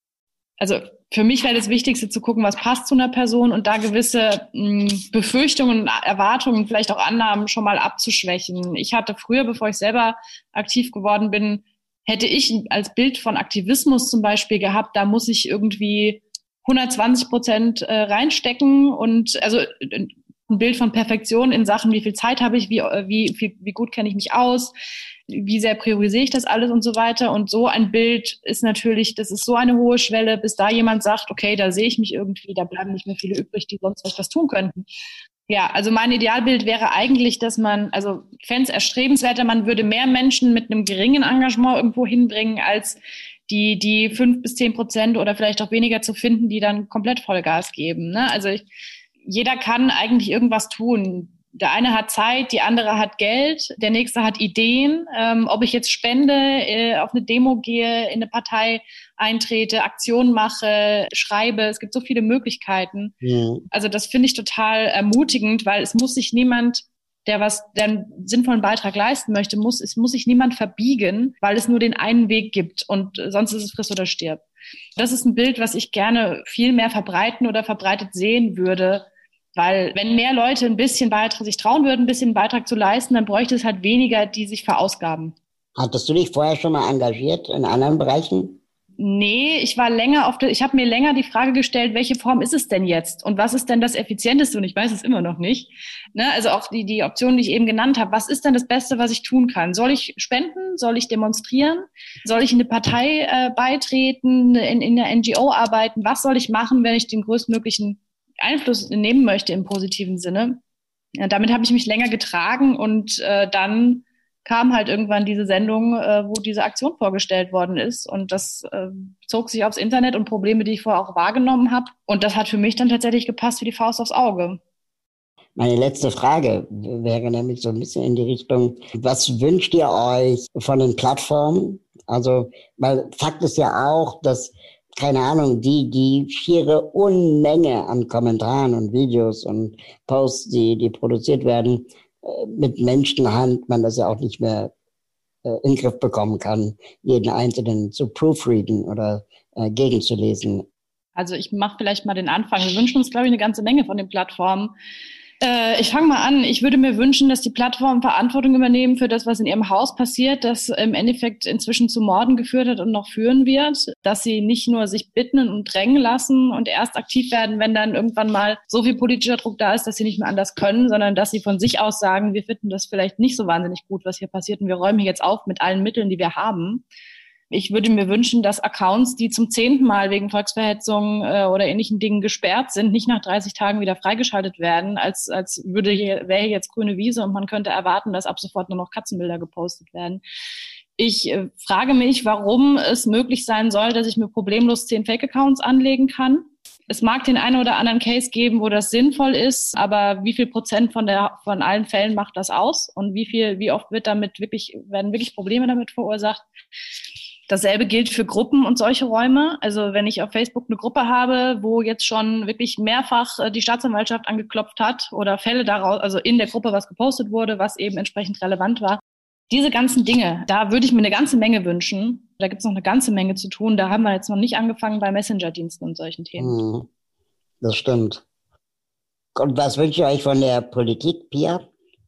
Also für mich wäre das Wichtigste zu gucken, was passt zu einer Person und da gewisse mh, Befürchtungen, Erwartungen, vielleicht auch Annahmen schon mal abzuschwächen. Ich hatte früher, bevor ich selber aktiv geworden bin, hätte ich als Bild von Aktivismus zum Beispiel gehabt, da muss ich irgendwie hundertzwanzig Prozent äh, reinstecken und also ein Bild von Perfektion in Sachen, wie viel Zeit habe ich, wie, wie, wie, wie gut kenne ich mich aus, wie sehr priorisiere ich das alles und so weiter. Und so ein Bild ist natürlich, das ist so eine hohe Schwelle, bis da jemand sagt, okay, da sehe ich mich irgendwie, da bleiben nicht mehr viele übrig, die sonst etwas tun könnten. Ja, also mein Idealbild wäre eigentlich, dass man, also ich fände es erstrebenswerter, man würde mehr Menschen mit einem geringen Engagement irgendwo hinbringen, als die die fünf bis zehn Prozent oder vielleicht auch weniger zu finden, die dann komplett Vollgas geben. Ne? Also ich, jeder kann eigentlich irgendwas tun. Der eine hat Zeit, die andere hat Geld, der nächste hat Ideen. Ähm, ob ich jetzt spende, äh, auf eine Demo gehe, in eine Partei eintrete, Aktionen mache, schreibe. Es gibt so viele Möglichkeiten. Ja. Also das finde ich total ermutigend, weil es muss sich niemand, der was, der einen sinnvollen Beitrag leisten möchte, muss, es muss sich niemand verbiegen, weil es nur den einen Weg gibt und sonst ist es friss oder stirb. Das ist ein Bild, was ich gerne viel mehr verbreiten oder verbreitet sehen würde. Weil wenn mehr Leute ein bisschen Beitrag, sich trauen würden, ein bisschen einen Beitrag zu leisten, dann bräuchte es halt weniger, die sich verausgaben. Hattest du dich vorher schon mal engagiert in anderen Bereichen? Nee, ich war länger auf der, ich habe mir länger die Frage gestellt, welche Form ist es denn jetzt? Und was ist denn das Effizienteste? Und ich weiß es immer noch nicht. Ne? Also auch die, die Optionen, die ich eben genannt habe. Was ist denn das Beste, was ich tun kann? Soll ich spenden? Soll ich demonstrieren? Soll ich in eine Partei äh, beitreten? In, in einer N G O arbeiten? Was soll ich machen, wenn ich den größtmöglichen Einfluss nehmen möchte im positiven Sinne? Ja, damit habe ich mich länger getragen und äh, dann kam halt irgendwann diese Sendung, äh, wo diese Aktion vorgestellt worden ist und das äh, zog sich aufs Internet und Probleme, die ich vorher auch wahrgenommen habe und das hat für mich dann tatsächlich gepasst wie die Faust aufs Auge. Meine letzte Frage wäre nämlich so ein bisschen in die Richtung, was wünscht ihr euch von den Plattformen? Also, weil Fakt ist ja auch, dass keine Ahnung, die, die schiere Unmenge an Kommentaren und Videos und Posts, die, die produziert werden, mit Menschenhand man das ja auch nicht mehr äh, in den Griff bekommen kann, jeden Einzelnen zu proofreaden oder äh, gegenzulesen. Also ich mache vielleicht mal den Anfang. Wir wünschen uns, glaube ich, eine ganze Menge von den Plattformen. Äh, ich fange mal an. Ich würde mir wünschen, dass die Plattformen Verantwortung übernehmen für das, was in ihrem Haus passiert, das im Endeffekt inzwischen zu Morden geführt hat und noch führen wird. Dass sie nicht nur sich bitten und drängen lassen und erst aktiv werden, wenn dann irgendwann mal so viel politischer Druck da ist, dass sie nicht mehr anders können, sondern dass sie von sich aus sagen, wir finden das vielleicht nicht so wahnsinnig gut, was hier passiert und wir räumen hier jetzt auf mit allen Mitteln, die wir haben. Ich würde mir wünschen, dass Accounts, die zum zehnten Mal wegen Volksverhetzung äh, oder ähnlichen Dingen gesperrt sind, nicht nach dreißig Tagen wieder freigeschaltet werden, als als würde hier, wäre hier jetzt grüne Wiese und man könnte erwarten, dass ab sofort nur noch Katzenbilder gepostet werden. Ich äh, frage mich, warum es möglich sein soll, dass ich mir problemlos zehn Fake-Accounts anlegen kann. Es mag den einen oder anderen Case geben, wo das sinnvoll ist, aber wie viel Prozent von der von allen Fällen macht das aus und wie viel, wie oft wird damit wirklich werden wirklich Probleme damit verursacht? Dasselbe gilt für Gruppen und solche Räume. Also wenn ich auf Facebook eine Gruppe habe, wo jetzt schon wirklich mehrfach die Staatsanwaltschaft angeklopft hat oder Fälle daraus, also in der Gruppe was gepostet wurde, was eben entsprechend relevant war. Diese ganzen Dinge, da würde ich mir eine ganze Menge wünschen. Da gibt es noch eine ganze Menge zu tun. Da haben wir jetzt noch nicht angefangen bei Messenger-Diensten und solchen Themen. Das stimmt. Und was wünscht ihr euch von der Politik, Pia?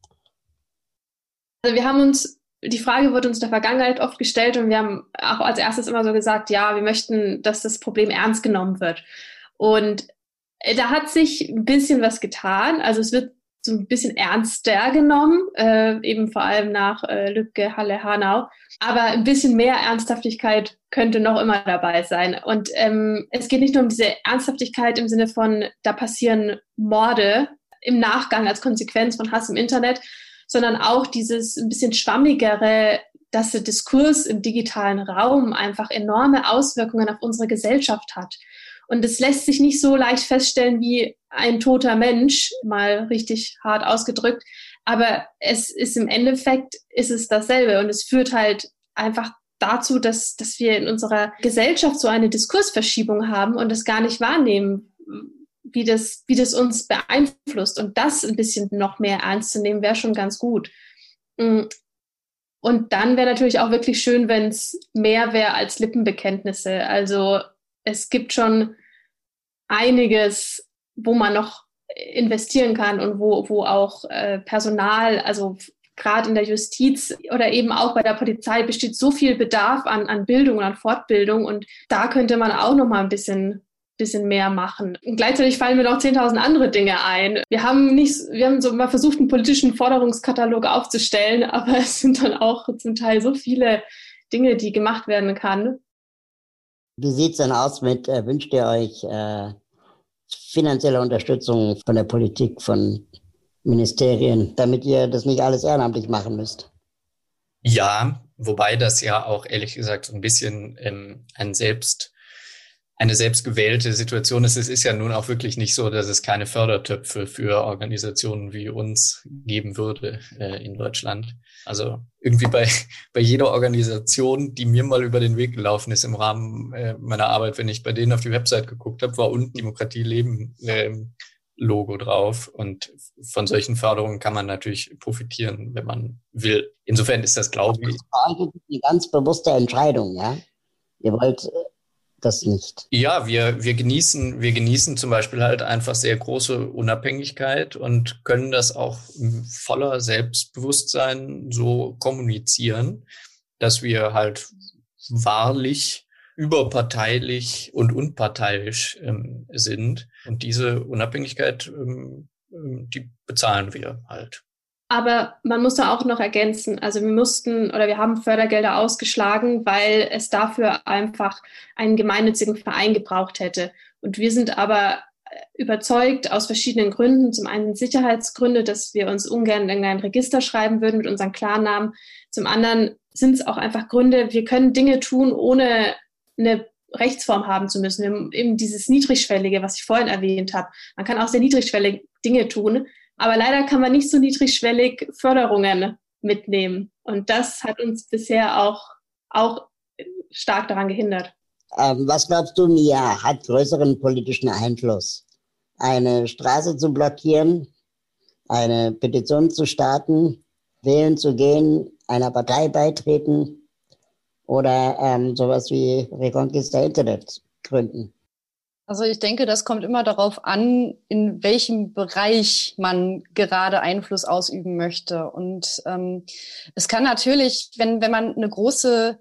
Also wir haben uns Die Frage wurde uns in der Vergangenheit oft gestellt und wir haben auch als erstes immer so gesagt, ja, wir möchten, dass das Problem ernst genommen wird. Und da hat sich ein bisschen was getan. Also es wird so ein bisschen ernster genommen, äh, eben vor allem nach äh, Lübcke, Halle, Hanau. Aber ein bisschen mehr Ernsthaftigkeit könnte noch immer dabei sein. Und ähm, es geht nicht nur um diese Ernsthaftigkeit im Sinne von, da passieren Morde im Nachgang als Konsequenz von Hass im Internet, sondern auch dieses ein bisschen schwammigere, dass der Diskurs im digitalen Raum einfach enorme Auswirkungen auf unsere Gesellschaft hat. Und es lässt sich nicht so leicht feststellen wie ein toter Mensch, mal richtig hart ausgedrückt. Aber es ist im Endeffekt, ist es dasselbe. Und es führt halt einfach dazu, dass, dass wir in unserer Gesellschaft so eine Diskursverschiebung haben und das gar nicht wahrnehmen, wie das, wie das uns beeinflusst. Und das ein bisschen noch mehr ernst zu nehmen, wäre schon ganz gut. Und dann wäre natürlich auch wirklich schön, wenn es mehr wäre als Lippenbekenntnisse. Also es gibt schon einiges, wo man noch investieren kann und wo, wo auch äh, Personal, also gerade in der Justiz oder eben auch bei der Polizei besteht so viel Bedarf an, an Bildung und an Fortbildung. Und da könnte man auch noch mal ein bisschen bisschen mehr machen. Und gleichzeitig fallen mir noch zehntausend andere Dinge ein. Wir haben nicht, wir haben so mal versucht, einen politischen Forderungskatalog aufzustellen, aber es sind dann auch zum Teil so viele Dinge, die gemacht werden kann. Wie sieht's denn aus mit, äh, wünscht ihr euch äh, finanzielle Unterstützung von der Politik, von Ministerien, damit ihr das nicht alles ehrenamtlich machen müsst? Ja, wobei das ja auch ehrlich gesagt so ein bisschen ähm, ein Selbst eine selbstgewählte Situation ist. Es ist ja nun auch wirklich nicht so, dass es keine Fördertöpfe für Organisationen wie uns geben würde äh, in Deutschland. Also irgendwie bei bei jeder Organisation, die mir mal über den Weg gelaufen ist im Rahmen äh, meiner Arbeit, wenn ich bei denen auf die Website geguckt habe, war unten Demokratie leben äh, Logo drauf. Und von solchen Förderungen kann man natürlich profitieren, wenn man will. Insofern ist das, glaube ich, eine ganz bewusste Entscheidung, ja? Ihr wollt das nicht. Ja, wir, wir genießen, wir genießen zum Beispiel halt einfach sehr große Unabhängigkeit und können das auch voller Selbstbewusstsein so kommunizieren, dass wir halt wahrlich überparteilich und unparteiisch ähm, sind. Und diese Unabhängigkeit, ähm, die bezahlen wir halt. Aber man muss da auch noch ergänzen, also wir mussten oder wir haben Fördergelder ausgeschlagen, weil es dafür einfach einen gemeinnützigen Verein gebraucht hätte. Und wir sind aber überzeugt aus verschiedenen Gründen. Zum einen Sicherheitsgründe, dass wir uns ungern in ein Register schreiben würden mit unseren Klarnamen. Zum anderen sind es auch einfach Gründe, wir können Dinge tun, ohne eine Rechtsform haben zu müssen. Wir haben eben dieses Niedrigschwellige, was ich vorhin erwähnt habe. Man kann auch sehr niedrigschwellig Dinge tun. Aber leider kann man nicht so niedrigschwellig Förderungen mitnehmen. Und das hat uns bisher auch, auch stark daran gehindert. Ähm, was glaubst du, Mia, hat größeren politischen Einfluss? Eine Straße zu blockieren, eine Petition zu starten, wählen zu gehen, einer Partei beitreten oder ähm, sowas wie Reconquista Internet gründen? Also ich denke, das kommt immer darauf an, in welchem Bereich man gerade Einfluss ausüben möchte. Und ähm, es kann natürlich, wenn wenn man eine große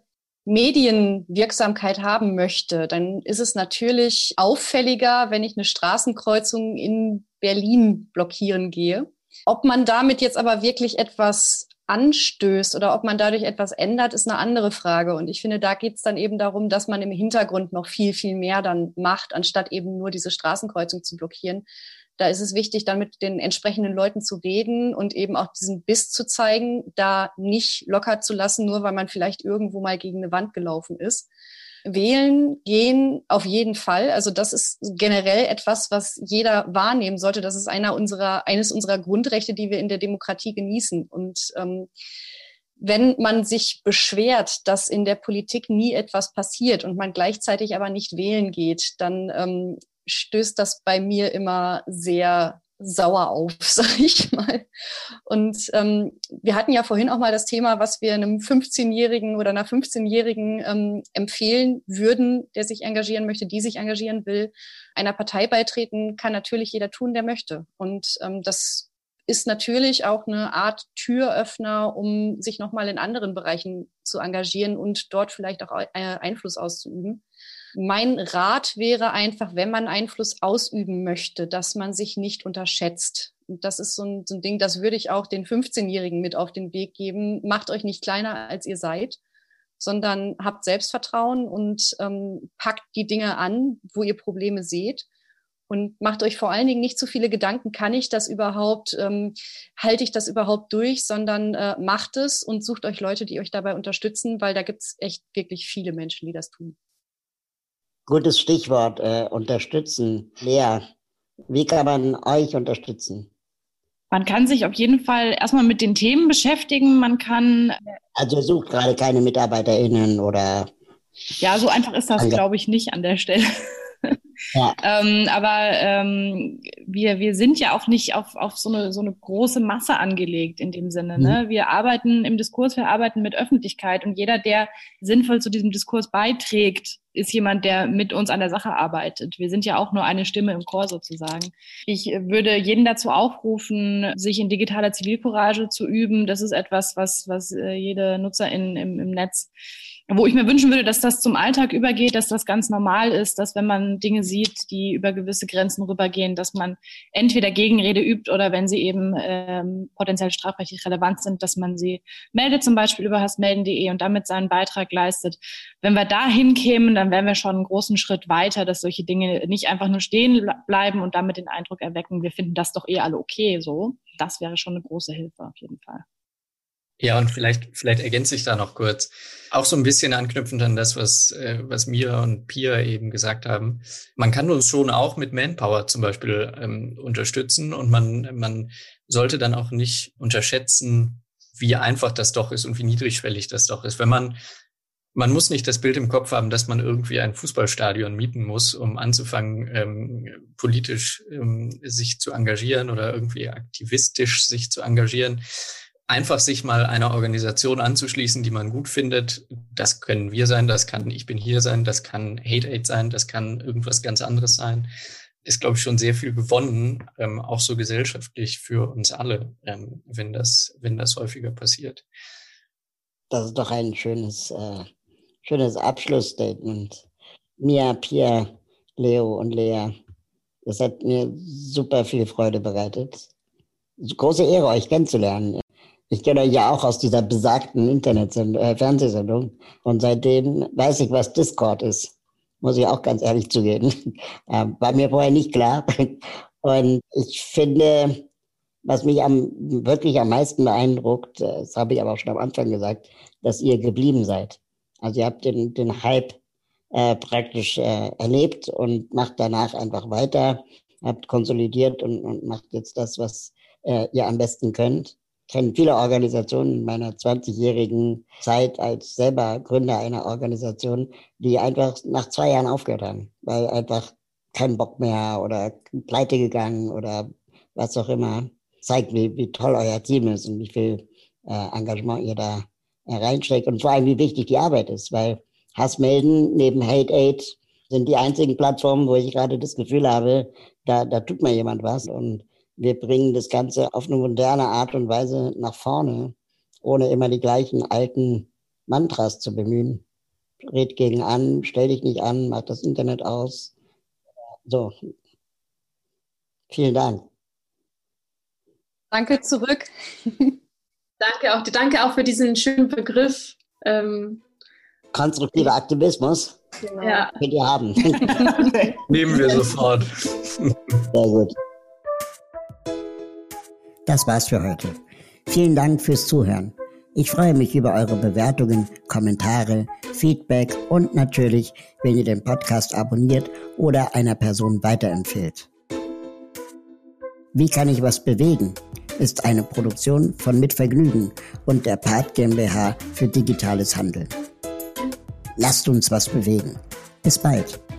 Medienwirksamkeit haben möchte, dann ist es natürlich auffälliger, wenn ich eine Straßenkreuzung in Berlin blockieren gehe. Ob man damit jetzt aber wirklich etwas anstößt oder ob man dadurch etwas ändert, ist eine andere Frage. Und ich finde, da geht es dann eben darum, dass man im Hintergrund noch viel, viel mehr dann macht, anstatt eben nur diese Straßenkreuzung zu blockieren. Da ist es wichtig, dann mit den entsprechenden Leuten zu reden und eben auch diesen Biss zu zeigen, da nicht locker zu lassen, nur weil man vielleicht irgendwo mal gegen eine Wand gelaufen ist. Wählen gehen auf jeden Fall. Also das ist generell etwas, was jeder wahrnehmen sollte. Das ist einer unserer, eines unserer Grundrechte, die wir in der Demokratie genießen. Und ähm, wenn man sich beschwert, dass in der Politik nie etwas passiert und man gleichzeitig aber nicht wählen geht, dann ähm, stößt das bei mir immer sehr sauer auf, sag ich mal. Und ähm, wir hatten ja vorhin auch mal das Thema, was wir einem fünfzehnjährigen oder einer fünfzehnjährigen ähm, empfehlen würden, der sich engagieren möchte, die sich engagieren will. Einer Partei beitreten kann natürlich jeder tun, der möchte. Und ähm, das ist natürlich auch eine Art Türöffner, um sich nochmal in anderen Bereichen zu engagieren und dort vielleicht auch Einfluss auszuüben. Mein Rat wäre einfach, wenn man Einfluss ausüben möchte, dass man sich nicht unterschätzt. Und das ist so ein, so ein Ding, das würde ich auch den fünfzehnjährigen mit auf den Weg geben. Macht euch nicht kleiner, als ihr seid, sondern habt Selbstvertrauen und ähm, packt die Dinge an, wo ihr Probleme seht. Und macht euch vor allen Dingen nicht zu viele Gedanken, kann ich das überhaupt, ähm, halte ich das überhaupt durch, sondern äh, macht es und sucht euch Leute, die euch dabei unterstützen, weil da gibt es echt wirklich viele Menschen, die das tun. Gutes Stichwort, äh, unterstützen. Lea, wie kann man euch unterstützen? Man kann sich auf jeden Fall erstmal mit den Themen beschäftigen. Man kann... Also ihr sucht gerade keine MitarbeiterInnen oder... Ja, so einfach ist das, glaube ich, nicht an der Stelle. Ja. ähm, aber ähm, wir, wir sind ja auch nicht auf, auf so eine, so eine große Masse angelegt in dem Sinne. Ne? Wir arbeiten im Diskurs, wir arbeiten mit Öffentlichkeit und jeder, der sinnvoll zu diesem Diskurs beiträgt, ist jemand, der mit uns an der Sache arbeitet. Wir sind ja auch nur eine Stimme im Chor sozusagen. Ich würde jeden dazu aufrufen, sich in digitaler Zivilcourage zu üben. Das ist etwas, was, was jede Nutzerin im, im Netz, wo ich mir wünschen würde, dass das zum Alltag übergeht, dass das ganz normal ist, dass wenn man Dinge sieht, die über gewisse Grenzen rübergehen, dass man entweder Gegenrede übt oder wenn sie eben ähm, potenziell strafrechtlich relevant sind, dass man sie meldet, zum Beispiel über hassmelden punkt de und damit seinen Beitrag leistet. Wenn wir da hinkämen, dann wären wir schon einen großen Schritt weiter, dass solche Dinge nicht einfach nur stehen bleiben und damit den Eindruck erwecken, wir finden das doch eh alle okay so. Das wäre schon eine große Hilfe auf jeden Fall. Ja, und vielleicht, vielleicht ergänze ich da noch kurz. Auch so ein bisschen anknüpfend an das, was, äh, was Mira und Pia eben gesagt haben. Man kann uns schon auch mit Manpower zum Beispiel ähm, unterstützen und man, man sollte dann auch nicht unterschätzen, wie einfach das doch ist und wie niedrigschwellig das doch ist. Wenn man, man muss nicht das Bild im Kopf haben, dass man irgendwie ein Fußballstadion mieten muss, um anzufangen, ähm, politisch ähm, sich zu engagieren oder irgendwie aktivistisch sich zu engagieren. Einfach sich mal einer Organisation anzuschließen, die man gut findet. Das können wir sein, das kann Ich bin hier sein, das kann Hate Aid sein, das kann irgendwas ganz anderes sein. Ist, glaube ich, schon sehr viel gewonnen, ähm, auch so gesellschaftlich für uns alle, ähm, wenn das, wenn das häufiger passiert. Das ist doch ein schönes, äh, schönes Abschlussstatement. Mia, Pia, Leo und Lea, das hat mir super viel Freude bereitet. Große Ehre, euch kennenzulernen. Ich kenne euch ja auch aus dieser besagten Internet-Fernsehsendung und seitdem weiß ich, was Discord ist. Muss ich auch ganz ehrlich zugeben. War mir vorher nicht klar. Und ich finde, was mich am, wirklich am meisten beeindruckt, das habe ich aber auch schon am Anfang gesagt, dass ihr geblieben seid. Also ihr habt den, den Hype äh, praktisch äh, erlebt und macht danach einfach weiter, habt konsolidiert und, und macht jetzt das, was äh, ihr am besten könnt. Ich kenne viele Organisationen in meiner zwanzigjährigen Zeit als selber Gründer einer Organisation, die einfach nach zwei Jahren aufgehört haben, weil einfach kein Bock mehr oder pleite gegangen oder was auch immer. Zeigt, wie, wie toll euer Team ist und wie viel äh, Engagement ihr da äh, reinsteckt und vor allem, wie wichtig die Arbeit ist, weil Hassmelden neben Hate Aid sind die einzigen Plattformen, wo ich gerade das Gefühl habe, da, da tut mal jemand was und wir bringen das Ganze auf eine moderne Art und Weise nach vorne, ohne immer die gleichen alten Mantras zu bemühen. Red gegen an, stell dich nicht an, mach das Internet aus. So. Vielen Dank. Danke zurück. Danke auch, danke auch für diesen schönen Begriff. Ähm, Konstruktiver Aktivismus. Genau. Ja. Könnt ihr haben. Nehmen wir sofort. Sehr gut. Das war's für heute. Vielen Dank fürs Zuhören. Ich freue mich über eure Bewertungen, Kommentare, Feedback und natürlich, wenn ihr den Podcast abonniert oder einer Person weiterempfehlt. Wie kann ich was bewegen? Ist eine Produktion von Mit Vergnügen und der Part GmbH für digitales Handeln. Lasst uns was bewegen. Bis bald.